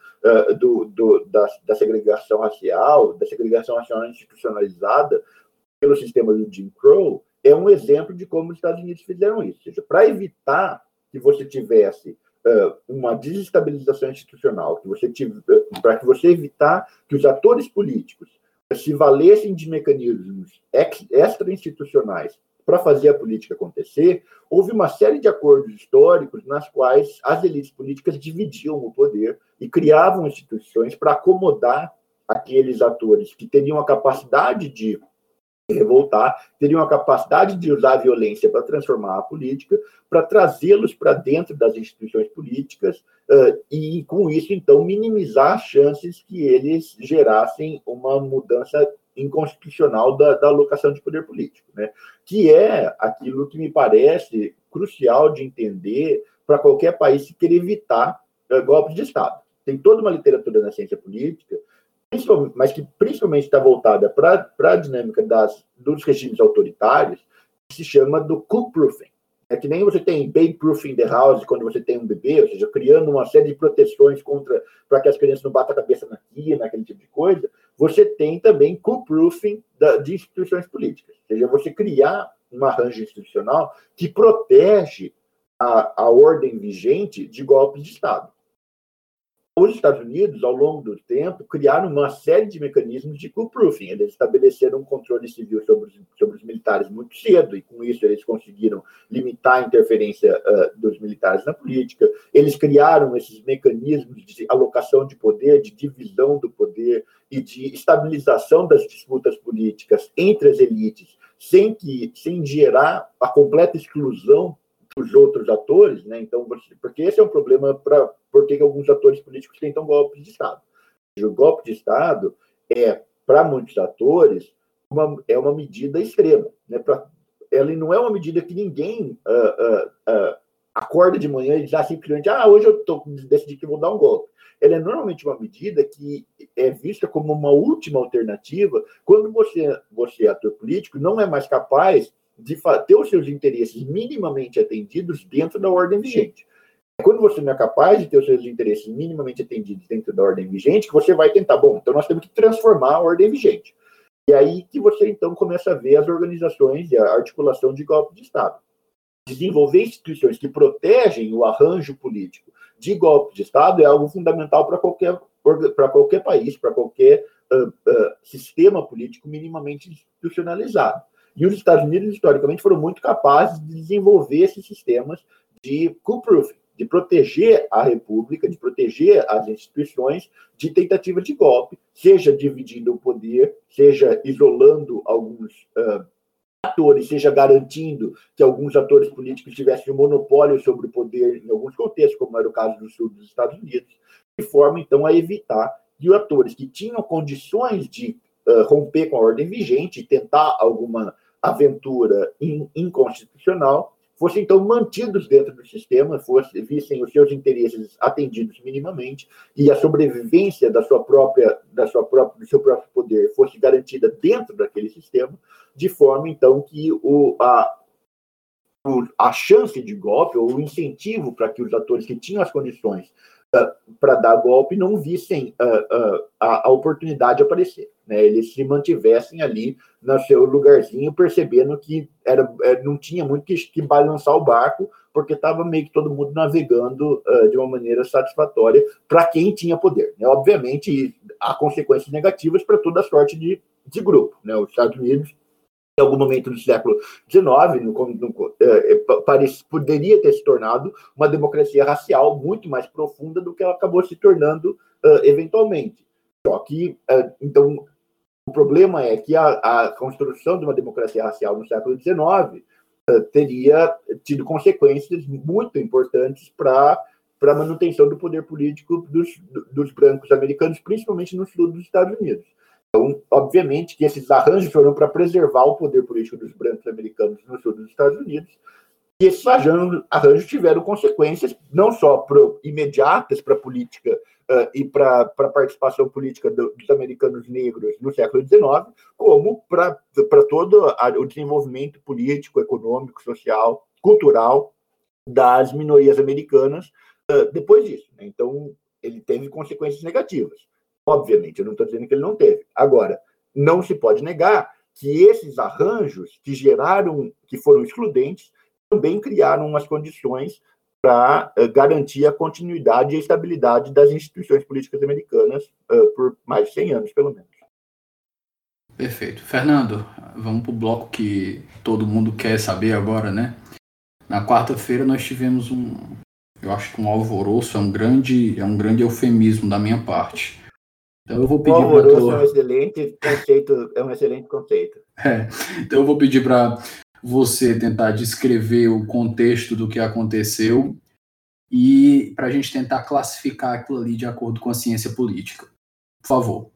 da segregação racial institucionalizada pelo sistema do Jim Crow, é um exemplo de como os Estados Unidos fizeram isso. Ou seja, para evitar que você tivesse uma desestabilização institucional, para que você evitar que os atores políticos se valessem de mecanismos extra-institucionais para fazer a política acontecer, houve uma série de acordos históricos nas quais as elites políticas dividiam o poder e criavam instituições para acomodar aqueles atores que teriam a capacidade de revoltar, teriam a capacidade de usar a violência para transformar a política, para trazê-los para dentro das instituições políticas e, com isso, então, minimizar as chances que eles gerassem uma mudança inconstitucional da alocação de poder político, né? Que é aquilo que me parece crucial de entender para qualquer país que queira evitar golpes de Estado. Tem toda uma literatura na ciência política, mas que principalmente está voltada para a dinâmica dos regimes autoritários, que se chama do coup-proofing. É que nem você tem baby-proof in the house quando você tem um bebê, ou seja, criando uma série de proteções para que as crianças não batam a cabeça na quina, aquele tipo de coisa. Você tem também coup-proofing de instituições políticas. Ou seja, você criar um arranjo institucional que protege a ordem vigente de golpes de Estado. Os Estados Unidos, ao longo do tempo, criaram uma série de mecanismos de coup-proofing. Eles estabeleceram um controle civil sobre os militares muito cedo, e com isso eles conseguiram limitar a interferência dos militares na política. Eles criaram esses mecanismos de alocação de poder, de divisão do poder e de estabilização das disputas políticas entre as elites, sem gerar a completa exclusão dos outros atores, né? Então, porque esse é um problema para porque alguns atores políticos tentam golpes de Estado. O golpe de Estado para muitos atores, é uma medida extrema, né? Ela não é uma medida que ninguém acorda de manhã e diz simplesmente, hoje eu decidi que vou dar um golpe. Ela é normalmente uma medida que é vista como uma última alternativa quando você, ator político, não é mais capaz de ter os seus interesses minimamente atendidos dentro da ordem vigente. Quando você não é capaz de ter os seus interesses minimamente atendidos dentro da ordem vigente, que você vai tentar, então nós temos que transformar a ordem vigente. E aí que você, então, começa a ver as organizações e a articulação de golpe de Estado. Desenvolver instituições que protegem o arranjo político de golpe de Estado é algo fundamental para qualquer país, para qualquer sistema político minimamente institucionalizado. E os Estados Unidos, historicamente, foram muito capazes de desenvolver esses sistemas de coup-proofing, de proteger a República, de proteger as instituições de tentativa de golpe, seja dividindo o poder, seja isolando alguns atores, seja garantindo que alguns atores políticos tivessem um monopólio sobre o poder em alguns contextos, como era o caso do sul dos Estados Unidos, de forma, então, a evitar que os atores que tinham condições de romper com a ordem vigente e tentar alguma aventura inconstitucional, fossem, então, mantidos dentro do sistema, vissem os seus interesses atendidos minimamente e a sobrevivência do seu próprio poder fosse garantida dentro daquele sistema, de forma, então, que a chance de golpe, ou o incentivo para que os atores que tinham as condições para dar golpe não vissem a oportunidade aparecer, né? Eles se mantivessem ali no seu lugarzinho, percebendo que não tinha muito que balançar o barco, porque estava meio que todo mundo navegando de uma maneira satisfatória para quem tinha poder, né? Obviamente, há consequências negativas para toda sorte de grupo, né? Os Estados Unidos em algum momento do século XIX, poderia ter se tornado uma democracia racial muito mais profunda do que ela acabou se tornando eventualmente. Só que, então, o problema é que a construção de uma democracia racial no século XIX teria tido consequências muito importantes para a manutenção do poder político dos brancos americanos, principalmente no sul dos Estados Unidos. Então, obviamente que esses arranjos foram para preservar o poder político dos brancos americanos no sul dos Estados Unidos, e esses arranjos tiveram consequências não só imediatas para a política e para a participação política dos americanos negros no século XIX, como para todo o desenvolvimento político, econômico, social, cultural das minorias americanas depois disso. Então, ele teve consequências negativas. Obviamente, eu não estou dizendo que ele não teve. Agora, não se pode negar que esses arranjos que foram excludentes, também criaram umas condições para garantir a continuidade e a estabilidade das instituições políticas americanas por mais de 100 anos, pelo menos. Perfeito. Fernando, vamos para o bloco que todo mundo quer saber agora, né? Na quarta-feira nós tivemos eu acho que um alvoroço, é um grande eufemismo da minha parte. Então eu vou pedir para alvoroço é um excelente conceito. Então eu vou pedir para você tentar descrever o contexto do que aconteceu e para a gente tentar classificar aquilo ali de acordo com a ciência política. Por favor.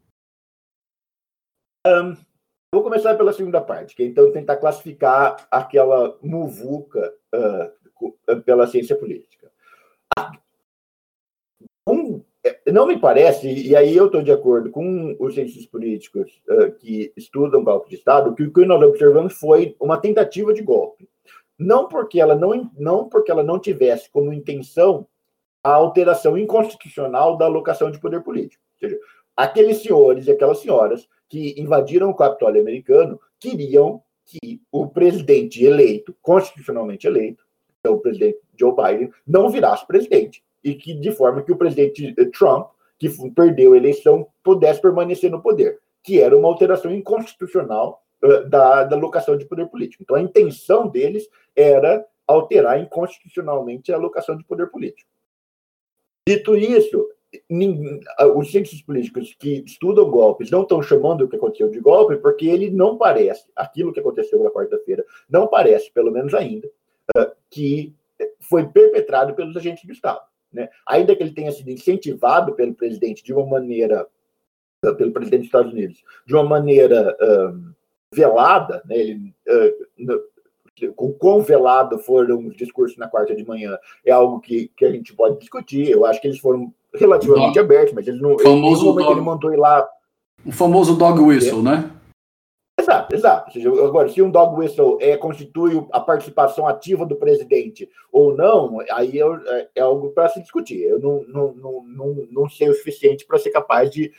Vou começar pela segunda parte, que é então tentar classificar aquela muvuca pela ciência política. Não me parece, e aí eu estou de acordo com os cientistas políticos que estudam golpe de Estado, que o que nós observamos foi uma tentativa de golpe. Não porque ela não tivesse como intenção a alteração inconstitucional da alocação de poder político. Ou seja, aqueles senhores e aquelas senhoras que invadiram o Capitólio americano queriam que o presidente eleito, constitucionalmente eleito, então o presidente Joe Biden, não virasse presidente. E que, de forma que o presidente Trump, que perdeu a eleição, pudesse permanecer no poder, que era uma alteração inconstitucional da alocação de poder político. Então, a intenção deles era alterar inconstitucionalmente a alocação de poder político. Dito isso, os cientistas políticos que estudam golpes não estão chamando o que aconteceu de golpe, porque ele não parece, aquilo que aconteceu na quarta-feira, não parece, pelo menos ainda, que foi perpetrado pelos agentes do Estado. Né? Ainda que ele tenha sido incentivado pelo presidente pelo presidente dos Estados Unidos, de uma maneira velada, né? O quão velado foram os discursos na quarta de manhã é algo que a gente pode discutir. Eu acho que eles foram relativamente abertos, mas eles não. Ele mandou ir lá. O famoso dog whistle, né? Exato. Ou seja, agora, se um dog whistle constitui a participação ativa do presidente ou não, aí é algo para se discutir. Eu não sei o suficiente para ser capaz de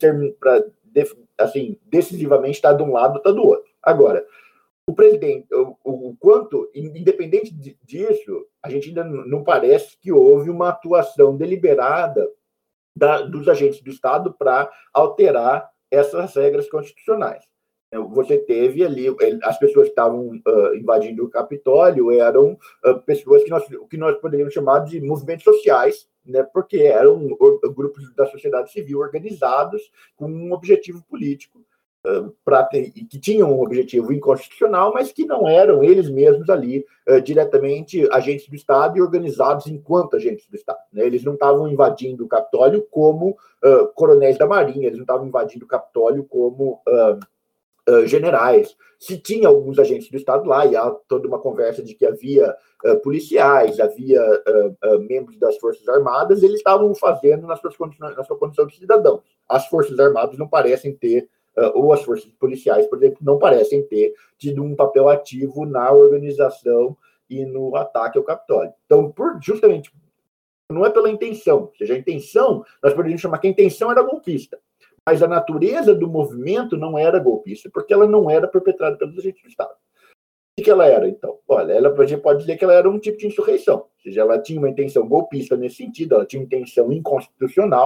decisivamente estar de um lado ou estar do outro. Agora, o presidente, o quanto, independente disso, a gente ainda não parece que houve uma atuação deliberada dos agentes do Estado para alterar essas regras constitucionais. Você teve ali, as pessoas que estavam invadindo o Capitólio eram pessoas que nós poderíamos chamar de movimentos sociais, né, porque eram grupos da sociedade civil organizados com um objetivo político, que tinham um objetivo inconstitucional, mas que não eram eles mesmos ali diretamente agentes do Estado e organizados enquanto agentes do Estado. Né? Eles não estavam invadindo o Capitólio como coronéis da Marinha, eles não estavam invadindo o Capitólio como generais. Se tinha alguns agentes do Estado lá, e há toda uma conversa de que havia policiais, havia membros das Forças Armadas, eles estavam fazendo na sua condição de cidadãos. As Forças Armadas não parecem ter, ou as forças policiais, por exemplo, não parecem ter tido um papel ativo na organização e no ataque ao Capitólio. Então, justamente, não é pela intenção, ou seja, a intenção, nós poderíamos chamar que a intenção era golpista, mas a natureza do movimento não era golpista, porque ela não era perpetrada pelos agentes do Estado. O que ela era, então? Olha, a gente pode dizer que ela era um tipo de insurreição, ou seja, ela tinha uma intenção golpista nesse sentido, ela tinha uma intenção inconstitucional,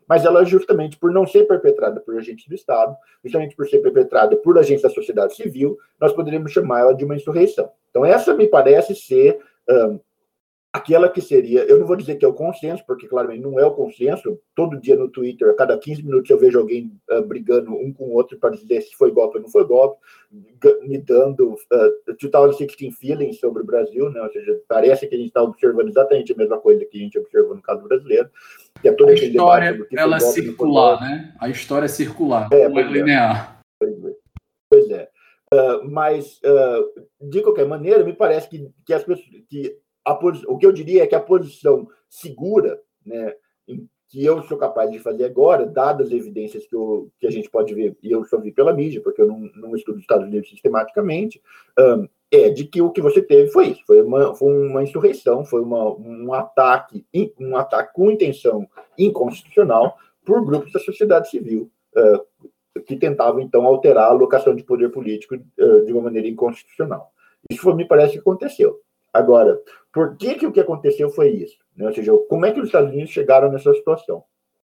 mas ela justamente por não ser perpetrada por agentes do Estado, justamente por ser perpetrada por agentes da sociedade civil, nós poderíamos chamar ela de uma insurreição. Então essa me parece ser aquela que seria, eu não vou dizer que é o consenso, porque claramente não é o consenso, todo dia no Twitter, a cada 15 minutos eu vejo alguém brigando um com o outro para dizer se foi golpe ou não foi golpe, me dando 2016 feelings sobre o Brasil, né? Ou seja, parece que a gente está observando exatamente a mesma coisa que a gente observou no caso brasileiro, que é todo a aquele debate sobre história, o que ela é foi golpe, circular, né? A história é circular, não é linear. Pois é. Mas, de qualquer maneira, me parece que as pessoas... o que eu diria é que a posição segura, né, que eu sou capaz de fazer agora, dadas as evidências que a gente pode ver, e eu só vi pela mídia, porque eu não estudo os Estados Unidos sistematicamente, é de que o que você teve foi isso, foi uma insurreição, foi um ataque com intenção inconstitucional por grupos da sociedade civil, que tentavam, então, alterar a alocação de poder político de uma maneira inconstitucional. Isso me parece que aconteceu. Agora, por que o que aconteceu foi isso? Né? Ou seja, como é que os Estados Unidos chegaram nessa situação?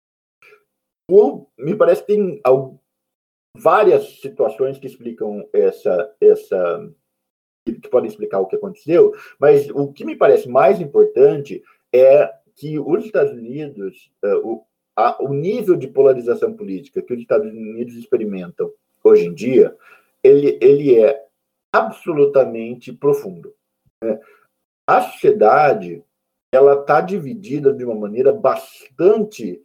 Me parece que tem várias situações que explicam que podem explicar o que aconteceu, mas o que me parece mais importante é que os Estados Unidos, o nível de polarização política que os Estados Unidos experimentam hoje em dia, ele é absolutamente profundo. Né? A sociedade ela está dividida de uma maneira bastante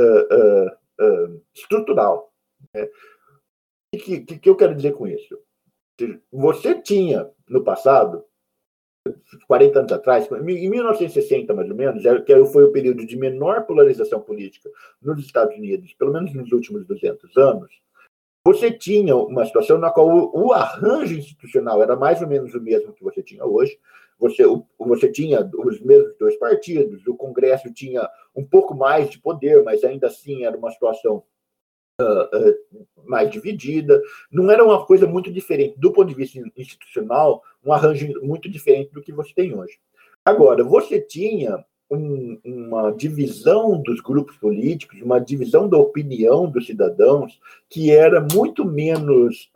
estrutural. Né? O que eu quero dizer com isso? Você tinha, no passado, 40 anos atrás, em 1960, mais ou menos, que foi o período de menor polarização política nos Estados Unidos, pelo menos nos últimos 200 anos, você tinha uma situação na qual o arranjo institucional era mais ou menos o mesmo que você tinha hoje. Você tinha os mesmos dois partidos, o Congresso tinha um pouco mais de poder, mas ainda assim era uma situação mais dividida. Não era uma coisa muito diferente do ponto de vista institucional, um arranjo muito diferente do que você tem hoje. Agora, você tinha uma divisão dos grupos políticos, uma divisão da opinião dos cidadãos que era muito menos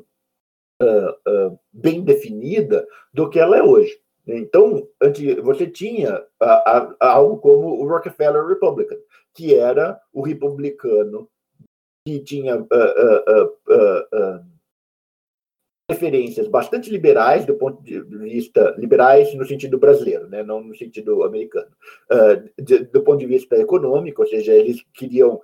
bem definida do que ela é hoje. Então, você tinha algo como o Rockefeller Republican, que era o republicano que tinha preferências bastante liberais do ponto de vista liberais no sentido brasileiro, né? Não no sentido americano, do ponto de vista econômico, ou seja, eles queriam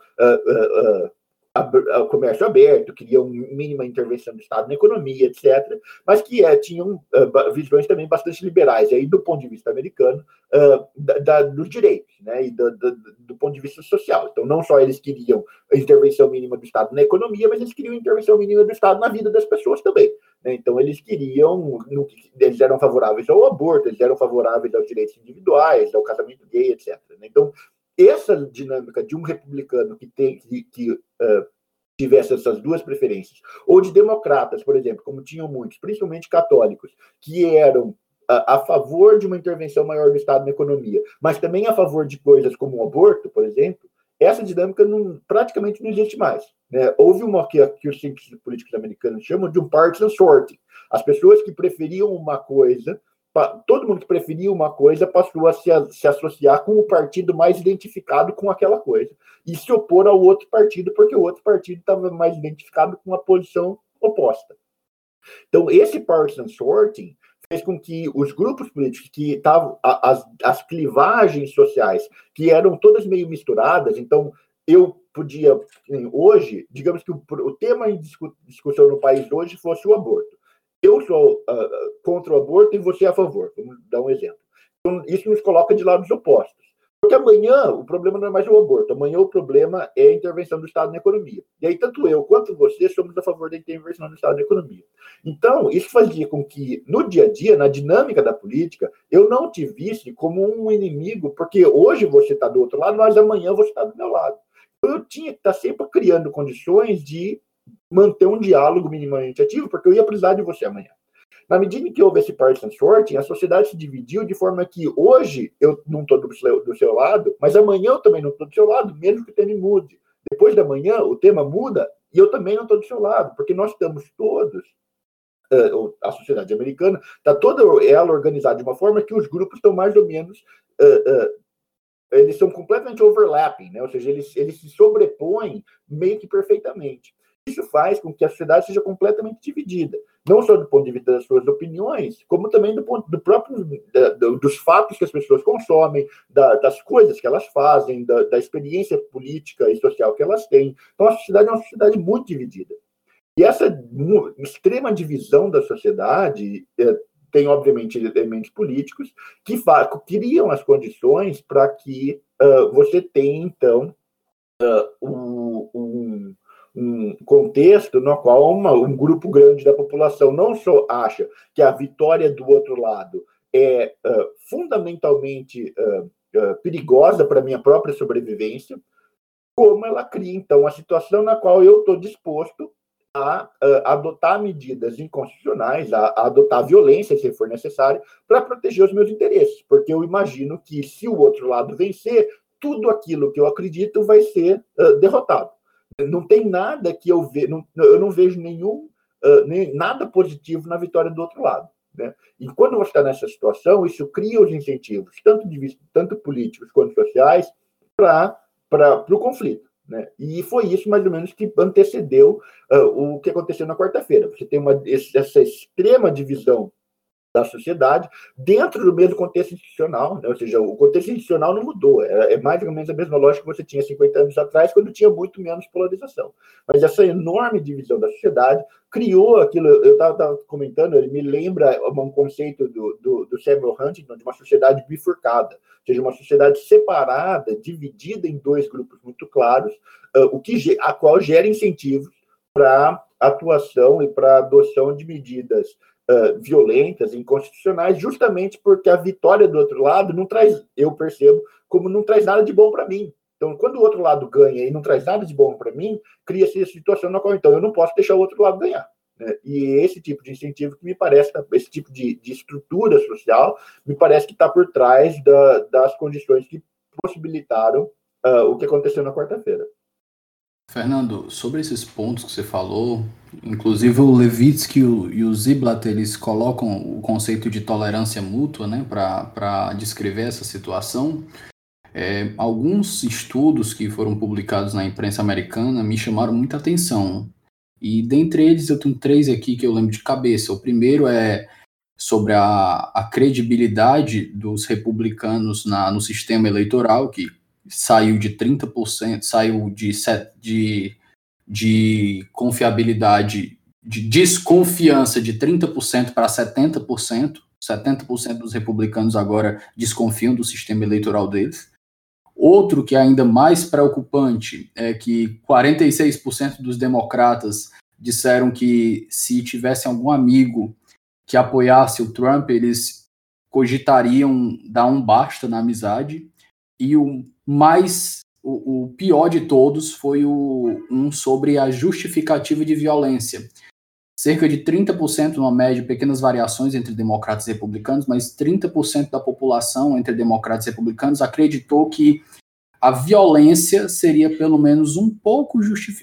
comércio aberto, queriam mínima intervenção do Estado na economia, etc., mas que tinham visões também bastante liberais, aí do ponto de vista americano, dos direitos, né, e do ponto de vista social. Então, não só eles queriam a intervenção mínima do Estado na economia, mas eles queriam a intervenção mínima do Estado na vida das pessoas também. Né? Então, eles eram favoráveis ao aborto, eles eram favoráveis aos direitos individuais, ao casamento gay, etc. Né? Então, essa dinâmica de um republicano que tivesse essas duas preferências, ou de democratas, por exemplo, como tinham muitos, principalmente católicos, que eram a favor de uma intervenção maior do Estado na economia, mas também a favor de coisas como o aborto, por exemplo, essa dinâmica praticamente não existe mais. Né? Houve uma que os cientistas políticos americanos chamam de um partisan sorting. As pessoas que preferiam uma coisa, todo mundo que preferia uma coisa passou a se associar com o partido mais identificado com aquela coisa e se opor ao outro partido, porque o outro partido estava mais identificado com a posição oposta. Então, esse partisan sorting fez com que os grupos políticos que estavam, as clivagens sociais, que eram todas meio misturadas, então eu podia, hoje, digamos que o tema em discussão no país hoje fosse o aborto. Eu sou contra o aborto e você é a favor. Vamos dar um exemplo. Então, isso nos coloca de lados opostos. Porque amanhã o problema não é mais o aborto. Amanhã o problema é a intervenção do Estado na economia. E aí, tanto eu quanto você somos a favor da intervenção do Estado na economia. Então, isso fazia com que, no dia a dia, na dinâmica da política, eu não te visse como um inimigo, porque hoje você está do outro lado, mas amanhã você está do meu lado. Então, eu tinha que estar sempre criando condições de manter um diálogo minimamente ativo, porque eu ia precisar de você amanhã. Na medida em que houve esse partisan sorting, a sociedade se dividiu de forma que hoje eu não estou do seu lado, mas amanhã eu também não estou do seu lado, mesmo que o tema mude. depois da manhã o tema muda e eu também não estou do seu lado, porque nós estamos todos, a sociedade americana está toda ela organizada de uma forma que os grupos estão mais ou menos, eles são completamente overlapping, né? Ou seja, eles se sobrepõem meio que perfeitamente. Isso faz com que a sociedade seja completamente dividida, não só do ponto de vista das suas opiniões, como também do ponto dos fatos que as pessoas consomem, das coisas que elas fazem, da experiência política e social que elas têm. Então, a sociedade é uma sociedade muito dividida. E essa extrema divisão da sociedade tem, obviamente, elementos políticos que criam as condições para que você tenha, então, um contexto no qual um grupo grande da população não só acha que a vitória do outro lado é fundamentalmente perigosa para a minha própria sobrevivência, como ela cria, então, a situação na qual eu estou disposto a adotar medidas inconstitucionais, a adotar violência, se for necessário, para proteger os meus interesses, porque eu imagino que, se o outro lado vencer, tudo aquilo que eu acredito vai ser derrotado. Não tem nada que eu veja, eu não vejo nada positivo na vitória do outro lado, né? E quando você está nessa situação, isso cria os incentivos, tanto políticos quanto sociais, para o conflito, né? E foi isso, mais ou menos, que antecedeu o que aconteceu na quarta-feira. Você tem essa extrema divisão da sociedade dentro do mesmo contexto institucional, né? Ou seja, o contexto institucional não mudou, é mais ou menos a mesma lógica que você tinha 50 anos atrás, quando tinha muito menos polarização. Mas essa enorme divisão da sociedade criou aquilo, eu estava comentando, ele me lembra um conceito do Samuel Huntington, de uma sociedade bifurcada, ou seja, uma sociedade separada, dividida em dois grupos muito claros, a qual gera incentivos para atuação e para adoção de medidas violentas, inconstitucionais, justamente porque a vitória do outro lado não traz, eu percebo, como não traz nada de bom para mim. Então, quando o outro lado ganha e não traz nada de bom para mim, cria-se a situação na qual, então, eu não posso deixar o outro lado ganhar, né? E esse tipo de incentivo que me parece, esse tipo de estrutura social, me parece que está por trás das condições que possibilitaram o que aconteceu na quarta-feira. Fernando, sobre esses pontos que você falou, inclusive o Levitsky e o Ziblatt, eles colocam o conceito de tolerância mútua, né, para descrever essa situação. Alguns estudos que foram publicados na imprensa americana me chamaram muita atenção. E dentre eles eu tenho 3 aqui que eu lembro de cabeça. O primeiro é sobre a credibilidade dos republicanos no sistema eleitoral, que saiu de 30%, saiu de confiabilidade, de desconfiança de 30% para 70%. 70% dos republicanos agora desconfiam do sistema eleitoral deles. Outro que é ainda mais preocupante é que 46% dos democratas disseram que, se tivesse algum amigo que apoiasse o Trump, eles cogitariam dar um basta na amizade. E o pior de todos foi um sobre a justificativa de violência. Cerca de 30%, numa média, pequenas variações entre democratas e republicanos, mas 30% da população entre democratas e republicanos acreditou que a violência seria pelo menos um pouco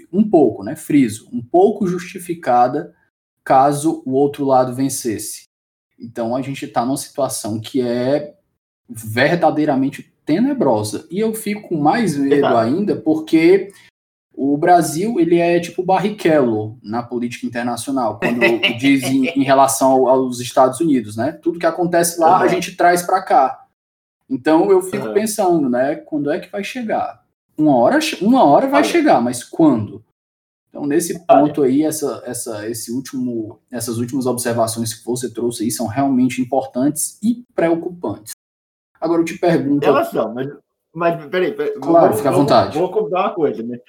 justificada caso o outro lado vencesse. Então a gente está numa situação que é verdadeiramente tenebrosa. E eu fico com mais medo ainda porque o Brasil, ele é tipo Barrichello na política internacional, quando diz em relação aos Estados Unidos, né? Tudo que acontece lá, a gente traz para cá. Então eu fico pensando, né? Quando é que vai chegar? Uma hora vai chegar, mas quando? Então, nesse ponto aí, essas últimas observações que você trouxe aí são realmente importantes e preocupantes. Agora eu te pergunto... Elas são, mas peraí. Claro, fica à vontade. Vou contar uma coisa, né?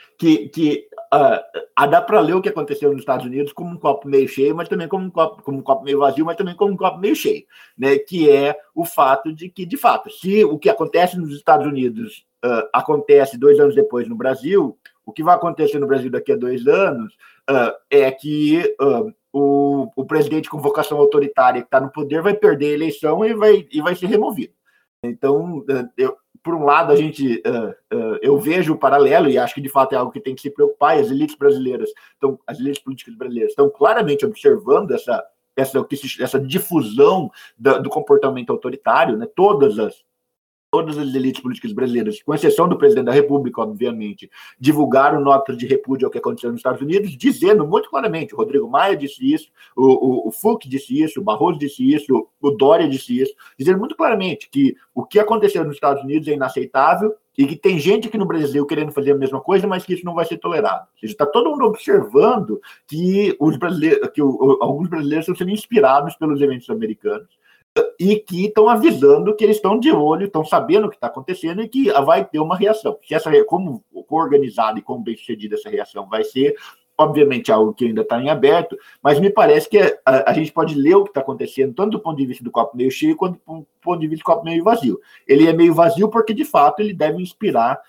Dá para ler o que aconteceu nos Estados Unidos como um copo meio cheio, mas também como um copo meio vazio, mas também como um copo meio cheio, né? Que é o fato de que, de fato, se o que acontece nos Estados Unidos acontece 2 anos depois no Brasil, o que vai acontecer no Brasil daqui a 2 anos é que o presidente com vocação autoritária que está no poder vai perder a eleição e vai ser removido. Então, por um lado, eu vejo o paralelo, e acho que de fato é algo que tem que se preocupar, e as elites políticas brasileiras estão claramente observando essa difusão do comportamento autoritário, né? Todas as elites políticas brasileiras, com exceção do presidente da República, obviamente, divulgaram notas de repúdio ao que aconteceu nos Estados Unidos, dizendo muito claramente, o Rodrigo Maia disse isso, o Fux disse isso, o Barroso disse isso, o Dória disse isso, dizendo muito claramente que o que aconteceu nos Estados Unidos é inaceitável e que tem gente aqui no Brasil querendo fazer a mesma coisa, mas que isso não vai ser tolerado. Ou seja, está todo mundo observando que alguns brasileiros estão sendo inspirados pelos eventos americanos, e que estão avisando que eles estão de olho, estão sabendo o que está acontecendo e que vai ter uma reação. Como organizada e como bem sucedida essa reação vai ser, obviamente, algo que ainda está em aberto, mas me parece que a gente pode ler o que está acontecendo, tanto do ponto de vista do copo meio cheio, quanto do ponto de vista do copo meio vazio. Ele é meio vazio porque, de fato, ele deve inspirar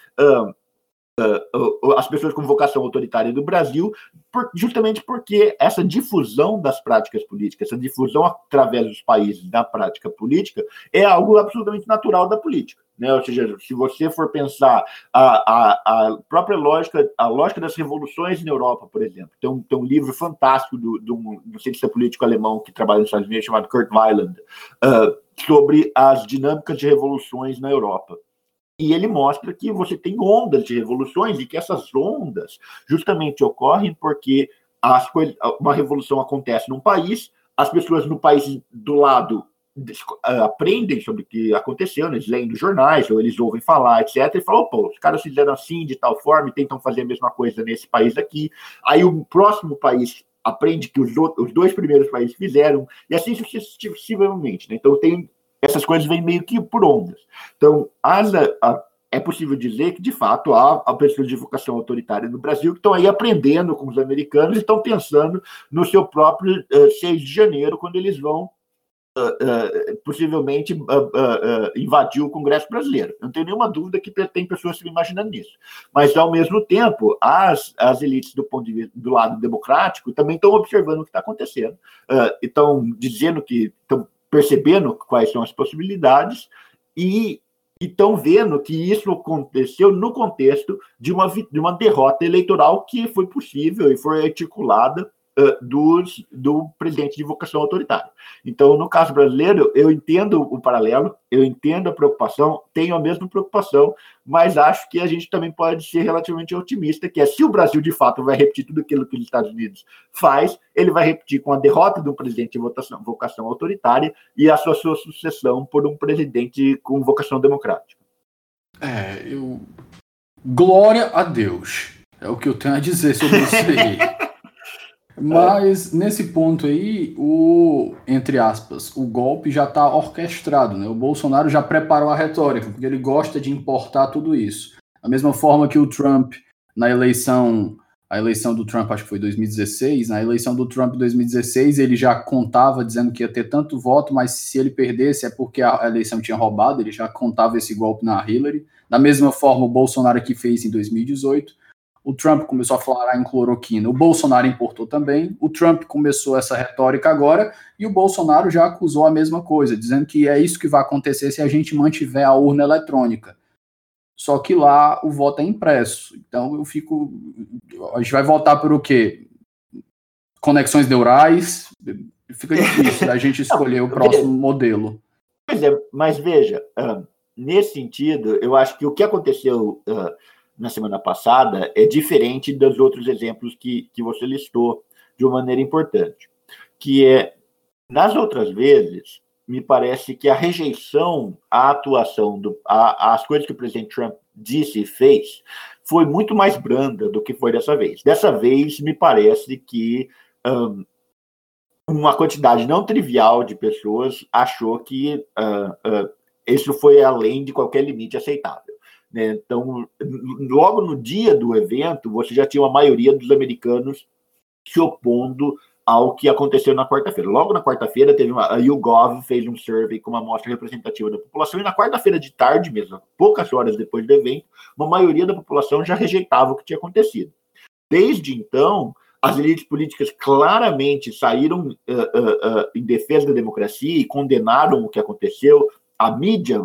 as pessoas com vocação autoritária do Brasil, justamente porque essa difusão das práticas políticas, essa difusão através dos países da prática política, é algo absolutamente natural da política. Né? Ou seja, se você for pensar a própria lógica, a lógica das revoluções na Europa, por exemplo, tem um livro fantástico do cientista político alemão que trabalha nos Estados Unidos, chamado Kurt Weiland, sobre as dinâmicas de revoluções na Europa. E ele mostra que você tem ondas de revoluções e que essas ondas justamente ocorrem porque uma revolução acontece num país, as pessoas no país do lado aprendem sobre o que aconteceu, né? Eles leem nos jornais, ou eles ouvem falar, etc., e falam, pô, os caras fizeram assim, de tal forma, e tentam fazer a mesma coisa nesse país aqui. Aí o próximo país aprende que os dois primeiros países fizeram, e assim sucessivamente. Né? Então essas coisas vêm meio que por ondas. Então, é possível dizer que, de fato, há pessoas de vocação autoritária no Brasil que estão aí aprendendo com os americanos e estão pensando no seu próprio 6 de janeiro, quando eles vão possivelmente invadir o Congresso brasileiro. Não tenho nenhuma dúvida que tem pessoas se imaginando nisso. Mas, ao mesmo tempo, as elites do lado democrático também estão observando o que está acontecendo, estão dizendo que estão percebendo quais são as possibilidades e estão vendo que isso aconteceu no contexto de uma derrota eleitoral que foi possível e foi articulada do presidente de vocação autoritária. Então, no caso brasileiro, eu entendo o paralelo, eu entendo a preocupação, tenho a mesma preocupação, mas acho que a gente também pode ser relativamente otimista, que é se o Brasil, de fato, vai repetir tudo aquilo que os Estados Unidos faz, ele vai repetir com a derrota de um presidente de vocação autoritária e a sua sucessão por um presidente com vocação democrática. Glória a Deus. É o que eu tenho a dizer sobre isso aí. Mas, nesse ponto aí, entre aspas, o golpe já está orquestrado, né? O Bolsonaro já preparou a retórica, porque ele gosta de importar tudo isso. Da mesma forma que o Trump, a eleição do Trump, acho que foi 2016, na eleição do Trump em 2016, ele já contava dizendo que ia ter tanto voto, mas se ele perdesse é porque a eleição tinha roubado, ele já contava esse golpe na Hillary. Da mesma forma, o Bolsonaro que fez em 2018. O Trump começou a falar em cloroquina, o Bolsonaro importou também, o Trump começou essa retórica agora e o Bolsonaro já acusou a mesma coisa, dizendo que é isso que vai acontecer se a gente mantiver a urna eletrônica. Só que lá o voto é impresso. Então a gente vai votar por o quê? Conexões neurais? Fica difícil a gente escolher o próximo modelo. Pois é, mas veja, nesse sentido, eu acho que o que aconteceu na semana passada é diferente dos outros exemplos que você listou de uma maneira importante, que é, nas outras vezes, me parece que a rejeição à atuação, às coisas que o presidente Trump disse e fez, foi muito mais branda do que foi dessa vez. Dessa vez, me parece que uma quantidade não trivial de pessoas achou que isso foi além de qualquer limite aceitável. Então, logo no dia do evento, você já tinha uma maioria dos americanos se opondo ao que aconteceu na quarta-feira. Logo na quarta-feira, a YouGov fez um survey com uma amostra representativa da população, e na quarta-feira de tarde mesmo, poucas horas depois do evento, uma maioria da população já rejeitava o que tinha acontecido. Desde então, as elites políticas claramente saíram em defesa da democracia e condenaram o que aconteceu. A mídia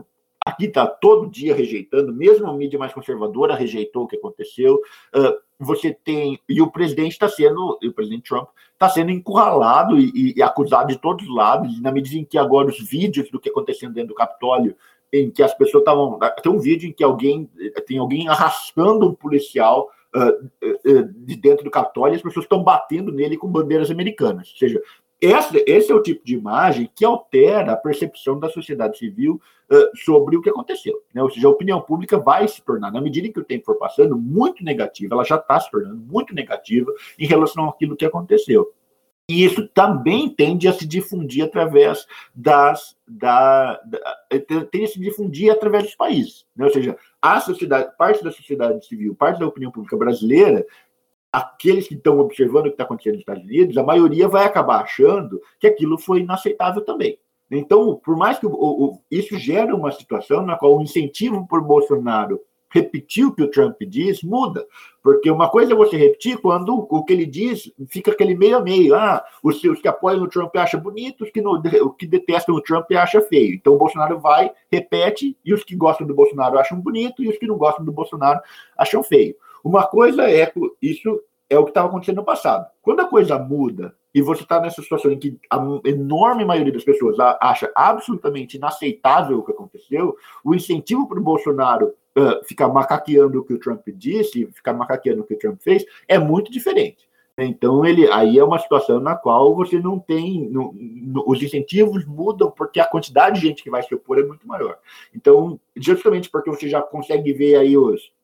aqui está todo dia rejeitando, mesmo a mídia mais conservadora rejeitou o que aconteceu. Você tem, e o presidente o presidente Trump está sendo encurralado e acusado de todos os lados, na medida em que agora os vídeos do que aconteceu dentro do Capitólio, em que as pessoas estavam, tem um vídeo em que tem alguém arrastando um policial de dentro do Capitólio, e as pessoas estão batendo nele com bandeiras americanas. Ou seja, esse é o tipo de imagem que altera a percepção da sociedade civil sobre o que aconteceu, né? Ou seja, a opinião pública vai se tornar, na medida em que o tempo for passando, muito negativa, ela já está se tornando muito negativa em relação àquilo que aconteceu. E isso também tende a se difundir através dos países, né? Ou seja, a sociedade, parte da sociedade civil, parte da opinião pública brasileira, aqueles que estão observando o que está acontecendo nos Estados Unidos, a maioria vai acabar achando que aquilo foi inaceitável também. Então, por mais que isso gere uma situação na qual o incentivo por Bolsonaro repetir o que o Trump diz muda, porque uma coisa é você repetir quando o que ele diz fica aquele meio a meio. Os que apoiam o Trump acham bonito, os que detestam o Trump acham feio. Então o Bolsonaro vai, repete, e os que gostam do Bolsonaro acham bonito, e os que não gostam do Bolsonaro acham feio. Uma coisa isso é o que estava acontecendo no passado. Quando a coisa muda e você está nessa situação em que a enorme maioria das pessoas acha absolutamente inaceitável o que aconteceu, o incentivo para o Bolsonaro ficar macaqueando o que o Trump disse, ficar macaqueando o que o Trump fez, é muito diferente. Então, aí é uma situação na qual você não tem... os incentivos mudam porque a quantidade de gente que vai se opor é muito maior. Então, justamente porque você já consegue ver aí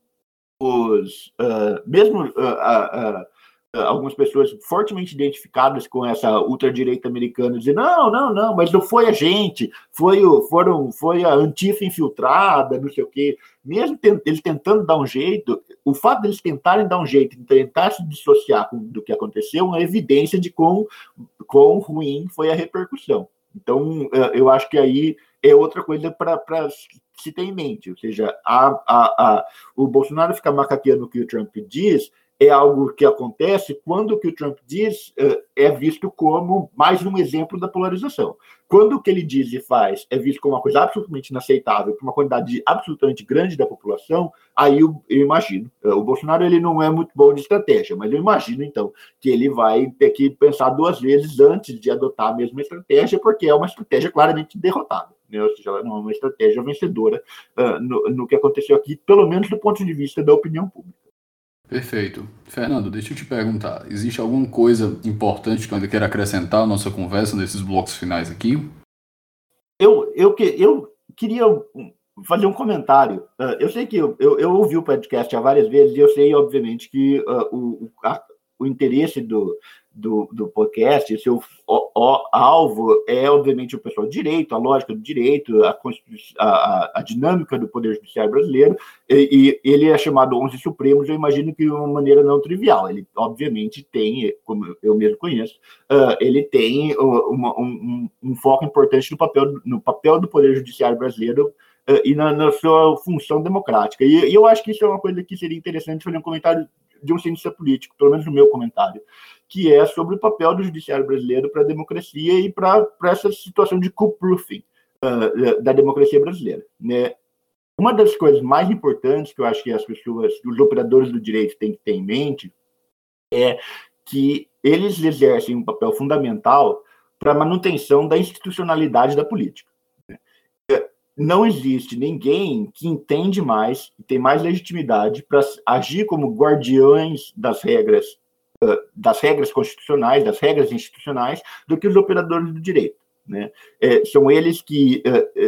algumas pessoas fortemente identificadas com essa ultradireita americana dizendo não, mas não foi a gente, foi a Antifa infiltrada, não sei o quê. Mesmo eles tentando dar um jeito, o fato deles tentarem dar um jeito, de tentar se dissociar do que aconteceu, é uma evidência de quão ruim foi a repercussão. Então, eu acho que aí é outra coisa para se ter em mente. Ou seja, o Bolsonaro ficar macaqueando o que o Trump diz é algo que acontece quando o que o Trump diz é visto como mais um exemplo da polarização. Quando o que ele diz e faz é visto como uma coisa absolutamente inaceitável para uma quantidade absolutamente grande da população, aí eu imagino. O Bolsonaro ele não é muito bom de estratégia, mas eu imagino, então, que ele vai ter que pensar duas vezes antes de adotar a mesma estratégia, porque é uma estratégia claramente derrotada, né? Ou seja, ela não é uma estratégia vencedora no que aconteceu aqui, pelo menos do ponto de vista da opinião pública. Perfeito. Fernando, deixa eu te perguntar, existe alguma coisa importante que eu ainda quero acrescentar à nossa conversa nesses blocos finais aqui? Eu queria fazer um comentário. Eu sei que eu ouvi o podcast há várias vezes e eu sei, obviamente, que o interesse do podcast, seu alvo é, obviamente, o pessoal do direito, a lógica do direito, a dinâmica do Poder Judiciário brasileiro, e ele é chamado 11 Supremos, eu imagino que de uma maneira não trivial. Ele, obviamente, tem, como eu mesmo conheço, ele tem um foco importante no papel do Poder Judiciário brasileiro e na sua função democrática. E eu acho que isso é uma coisa que seria interessante fazer um comentário de um cientista político, pelo menos no meu comentário, que é sobre o papel do judiciário brasileiro para a democracia e para essa situação de coup-proofing da democracia brasileira, né? Uma das coisas mais importantes que eu acho que os operadores do direito têm que ter em mente é que eles exercem um papel fundamental para a manutenção da institucionalidade da política. Não existe ninguém que entende mais, que tem mais legitimidade para agir como guardiões das regras constitucionais, das regras institucionais, do que os operadores do direito, né? São eles que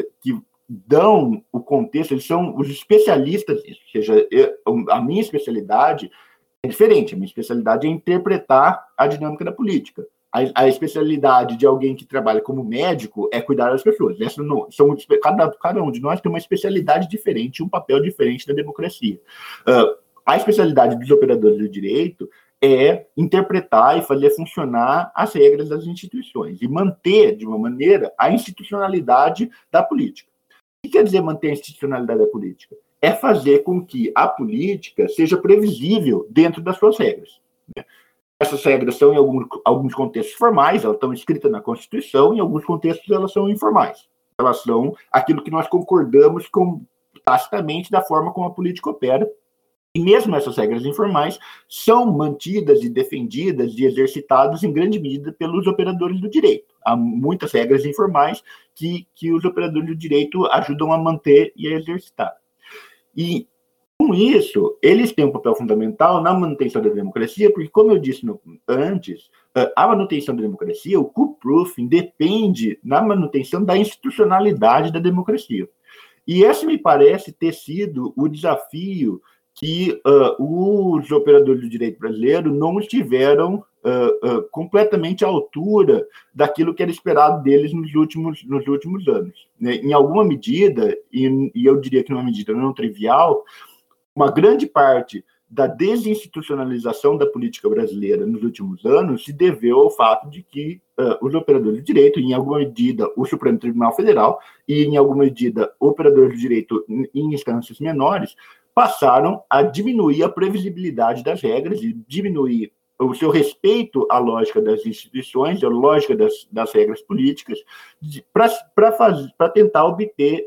dão o contexto, eles são os especialistas nisso. Ou seja, a minha especialidade é diferente, a minha especialidade é interpretar a dinâmica da política. A especialidade de alguém que trabalha como médico é cuidar das pessoas. Cada um de nós tem uma especialidade diferente, um papel diferente na democracia. A especialidade dos operadores do direito é interpretar e fazer funcionar as regras das instituições e manter, de uma maneira, a institucionalidade da política. O que quer dizer manter a institucionalidade da política? É fazer com que a política seja previsível dentro das suas regras, né? Essas regras são, em alguns contextos, formais, elas estão escritas na Constituição, em alguns contextos elas são informais. relação àquilo que nós concordamos tacitamente da forma como a política opera. E mesmo essas regras informais são mantidas e defendidas e exercitadas em grande medida pelos operadores do direito. Há muitas regras informais que os operadores do direito ajudam a manter e a exercitar. E, com isso, eles têm um papel fundamental na manutenção da democracia, porque, como eu disse antes, a manutenção da democracia, o coup-proofing, depende na manutenção da institucionalidade da democracia. E esse me parece ter sido o desafio que os operadores do direito brasileiro não estiveram completamente à altura daquilo que era esperado deles nos últimos anos. Né? Em alguma medida, e eu diria que numa medida não trivial, uma grande parte da desinstitucionalização da política brasileira nos últimos anos se deveu ao fato de que os operadores do direito, em alguma medida o Supremo Tribunal Federal e, em alguma medida, operadores do direito em instâncias menores, passaram a diminuir a previsibilidade das regras e diminuir o seu respeito à lógica das instituições, à lógica das regras políticas, para tentar obter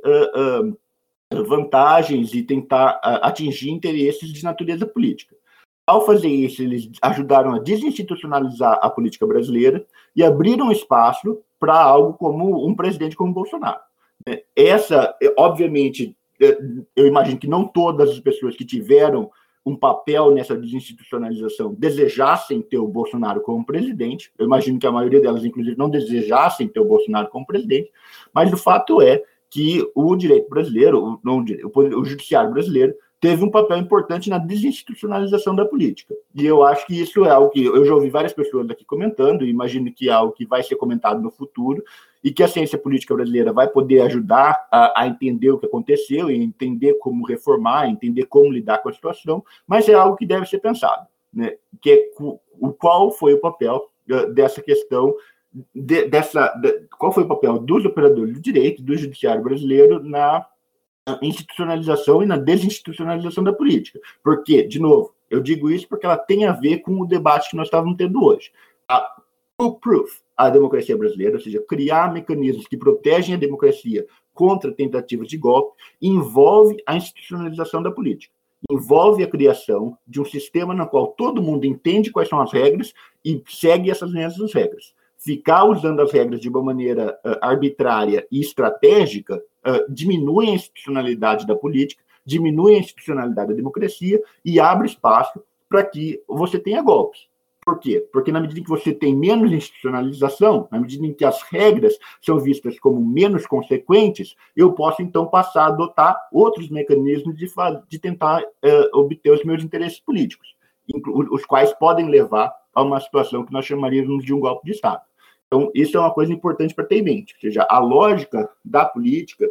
vantagens e tentar atingir interesses de natureza política. Ao fazer isso, eles ajudaram a desinstitucionalizar a política brasileira e abriram espaço para algo como um presidente como Bolsonaro. Essa, obviamente, eu imagino que não todas as pessoas que tiveram um papel nessa desinstitucionalização desejassem ter o Bolsonaro como presidente. Eu imagino que a maioria delas, inclusive, não desejassem ter o Bolsonaro como presidente, mas o fato é que o direito brasileiro, o judiciário brasileiro, teve um papel importante na desinstitucionalização da política. E eu acho que isso é algo que eu já ouvi várias pessoas aqui comentando, e imagino que é algo que vai ser comentado no futuro, e que a ciência política brasileira vai poder ajudar a entender o que aconteceu, e entender como reformar, entender como lidar com a situação, mas é algo que deve ser pensado, né? Que é qual foi o papel dessa questão, qual foi o papel dos operadores do direito, do judiciário brasileiro na institucionalização e na desinstitucionalização da política. Porque, de novo, eu digo isso porque ela tem a ver com o debate que nós estávamos tendo hoje. A proof, a democracia brasileira, ou seja, criar mecanismos que protegem a democracia contra tentativas de golpe, envolve a institucionalização da política. Envolve a criação de um sistema no qual todo mundo entende quais são as regras e segue essas mesmas regras. Ficar usando as regras de uma maneira arbitrária e estratégica diminui a institucionalidade da política, diminui a institucionalidade da democracia e abre espaço para que você tenha golpes. Por quê? Porque na medida em que você tem menos institucionalização, na medida em que as regras são vistas como menos consequentes, eu posso, então, passar a adotar outros mecanismos de tentar obter os meus interesses políticos, os quais podem levar a uma situação que nós chamaríamos de um golpe de Estado. Então, isso é uma coisa importante para ter em mente. Ou seja, a lógica da política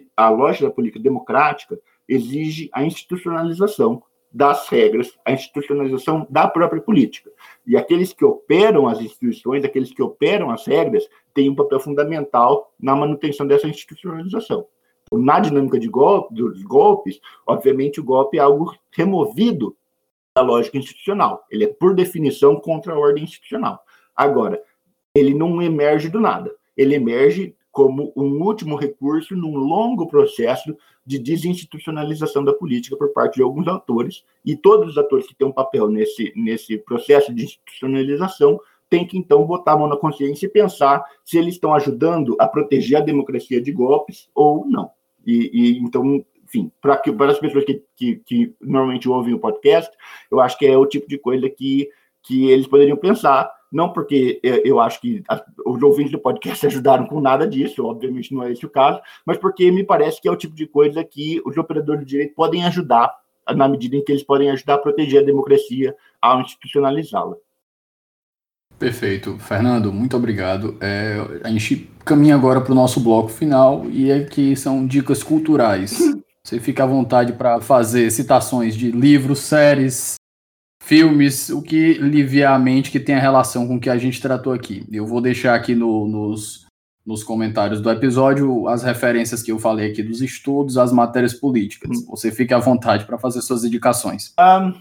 democrática exige a institucionalização das regras, a institucionalização da própria política. E aqueles que operam as instituições, aqueles que operam as regras, têm um papel fundamental na manutenção dessa institucionalização. Na dinâmica dos golpes, obviamente, o golpe é algo removido da lógica institucional. Ele é, por definição, contra a ordem institucional. Agora, ele não emerge do nada. Ele emerge como um último recurso num longo processo de desinstitucionalização da política por parte de alguns atores, e todos os atores que têm um papel nesse processo de institucionalização têm que, então, botar a mão na consciência e pensar se eles estão ajudando a proteger a democracia de golpes ou não. Então, enfim, para as pessoas que normalmente ouvem o podcast, eu acho que é o tipo de coisa que eles poderiam pensar, não porque eu acho que os ouvintes do podcast ajudaram com nada disso, obviamente não é esse o caso, mas porque me parece que é o tipo de coisa que os operadores de direito podem ajudar, na medida em que eles podem ajudar a proteger a democracia ao institucionalizá-la. Perfeito. Fernando, muito obrigado. A gente caminha agora para o nosso bloco final, e aqui são dicas culturais. Você fica à vontade para fazer citações de livros, séries, filmes, o que lhe vier à mente que tenha relação com o que a gente tratou aqui. Eu vou deixar aqui nos comentários do episódio as referências que eu falei aqui dos estudos, as matérias políticas. Você fica à vontade para fazer suas indicações.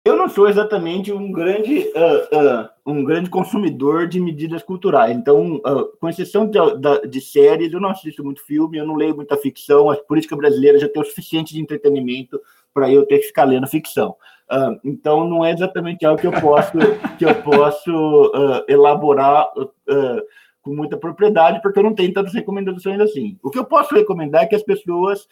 Eu não sou exatamente um grande consumidor de medidas culturais. Então, com exceção de séries, eu não assisto muito filme, eu não leio muita ficção. A política brasileira já tem o suficiente de entretenimento para eu ter que ficar lendo ficção. Então, não é exatamente algo que eu posso elaborar com muita propriedade, porque eu não tenho tantas recomendações assim. O que eu posso recomendar é que as pessoas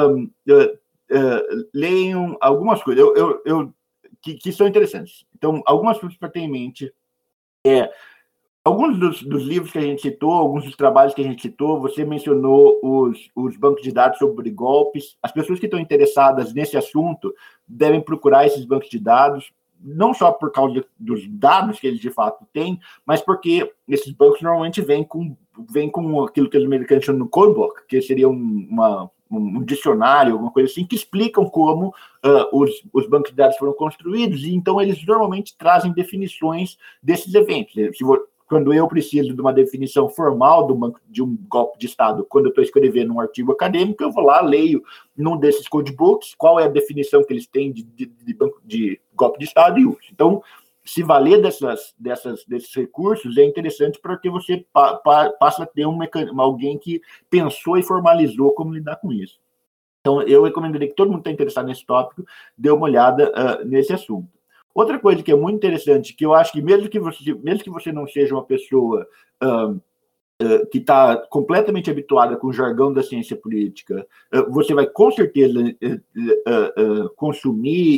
leiam algumas coisas. Que são interessantes. Então, algumas coisas para ter em mente alguns dos livros que a gente citou, alguns dos trabalhos que a gente citou, você mencionou os bancos de dados sobre golpes. As pessoas que estão interessadas nesse assunto devem procurar esses bancos de dados, não só por causa dos dados que eles de fato têm, mas porque esses bancos normalmente vêm com aquilo que os americanos chamam de codebook, que seria um dicionário, alguma coisa assim, que explicam como os bancos de dados foram construídos, e então eles normalmente trazem definições desses eventos. Quando eu preciso de uma definição formal de um golpe de Estado, quando eu estou escrevendo um artigo acadêmico, eu vou lá, leio num desses codebooks qual é a definição que eles têm de golpe de Estado e uso. Então, se valer desses recursos é interessante porque você passa a ter alguém que pensou e formalizou como lidar com isso. Então, eu recomendaria que todo mundo que está interessado nesse tópico dê uma olhada nesse assunto. Outra coisa que é muito interessante, que eu acho que mesmo que você não seja uma pessoa que está completamente habituada com o jargão da ciência política, você vai com certeza consumir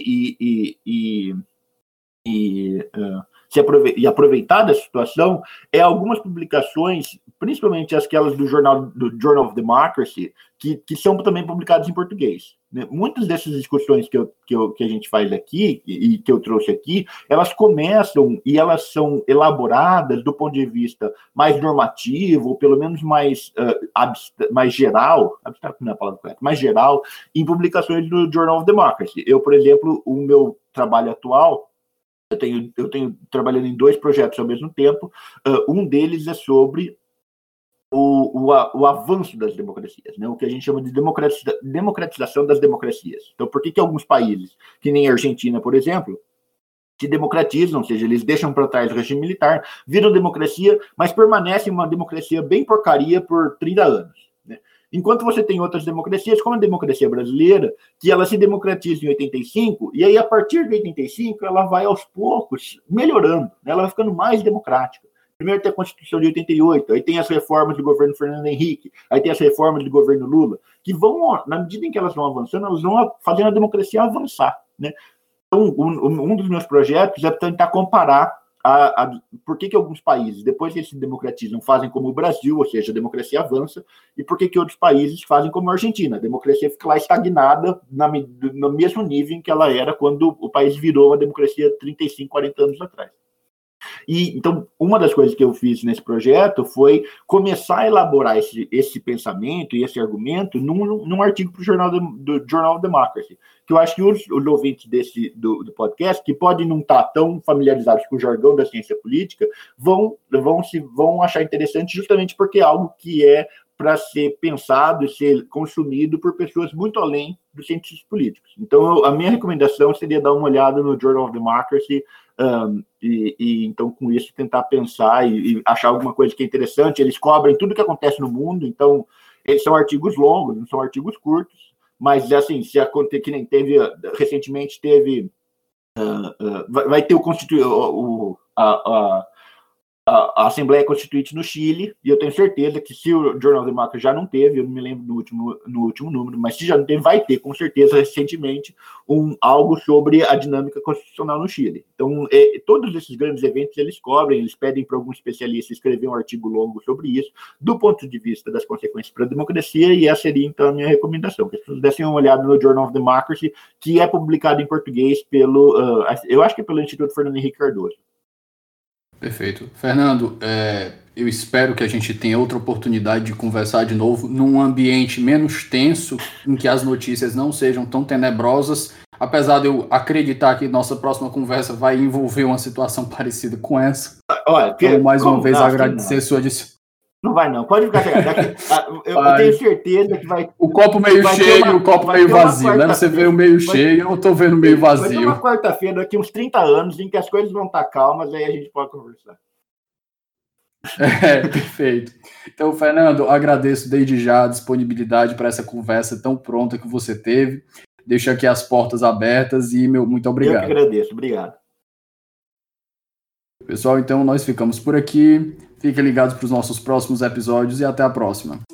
e aproveitar dessa situação algumas publicações, principalmente aquelas do Journal of Democracy, que são também publicadas em português. Né? Muitas dessas discussões que a gente faz aqui e que eu trouxe aqui, elas começam e elas são elaboradas do ponto de vista mais normativo, ou pelo menos mais geral, abstrato não é a palavra correta, mais geral, em publicações do Journal of Democracy. Eu, por exemplo, o meu trabalho atual, eu tenho trabalhando em 2 projetos ao mesmo tempo. Um deles é sobre o avanço das democracias, né? O que a gente chama de democratização das democracias. Então, por que alguns países, que nem a Argentina, por exemplo, se democratizam, ou seja, eles deixam para trás o regime militar, viram democracia, mas permanecem uma democracia bem porcaria por 30 anos, né? Enquanto você tem outras democracias, como a democracia brasileira, que ela se democratiza em 85, e aí a partir de 85 ela vai aos poucos melhorando, né? Ela vai ficando mais democrática. Primeiro tem a Constituição de 88, aí tem as reformas do governo Fernando Henrique, aí tem as reformas do governo Lula, que vão, na medida em que elas vão avançando, elas vão fazendo a democracia avançar, né? Então, um dos meus projetos é tentar comparar por que alguns países, depois que eles se democratizam, fazem como o Brasil, ou seja, a democracia avança, e por que outros países fazem como a Argentina. A democracia fica lá estagnada no mesmo nível em que ela era quando o país virou uma democracia 35, 40 anos atrás. E, então, uma das coisas que eu fiz nesse projeto foi começar a elaborar esse pensamento e esse argumento num artigo para o Journal of Democracy, que eu acho que os ouvintes do podcast, que podem não estar tão familiarizados com o jargão da ciência política, vão achar interessante justamente porque é algo que é para ser pensado e ser consumido por pessoas muito além dos cientistas políticos. Então, a minha recomendação seria dar uma olhada no Journal of Democracy, então, com isso, tentar pensar e achar alguma coisa que é interessante. Eles cobrem tudo que acontece no mundo, então, eles são artigos longos, não são artigos curtos, mas, assim, se acontecer, que nem recentemente teve, vai ter a Assembleia Constituinte no Chile, e eu tenho certeza que se o Journal of Democracy já não teve, eu não me lembro no último número, mas se já não teve, vai ter, com certeza, recentemente, algo sobre a dinâmica constitucional no Chile. Então, todos esses grandes eventos, eles cobrem, eles pedem para algum especialista escrever um artigo longo sobre isso, do ponto de vista das consequências para a democracia, e essa seria, então, a minha recomendação, que as pessoas dessem uma olhada no Journal of Democracy, que é publicado em português eu acho que é pelo Instituto Fernando Henrique Cardoso. Perfeito. Fernando, eu espero que a gente tenha outra oportunidade de conversar de novo num ambiente menos tenso, em que as notícias não sejam tão tenebrosas, apesar de eu acreditar que nossa próxima conversa vai envolver uma situação parecida com essa. Olha, então, mais uma vez, agradecer sua Não vai, não. Pode ficar chegado. Eu tenho certeza que vai. O copo meio cheio e o copo meio vazio, né? Você vê o meio cheio, eu tô vendo meio vazio. Vai ter uma quarta-feira, daqui uns 30 anos, em que as coisas vão estar calmas, aí a gente pode conversar. Perfeito. Então, Fernando, agradeço desde já a disponibilidade para essa conversa tão pronta que você teve. Deixo aqui as portas abertas e muito obrigado. Eu que agradeço, obrigado. Pessoal, então nós ficamos por aqui. Fiquem ligados para os nossos próximos episódios e até a próxima.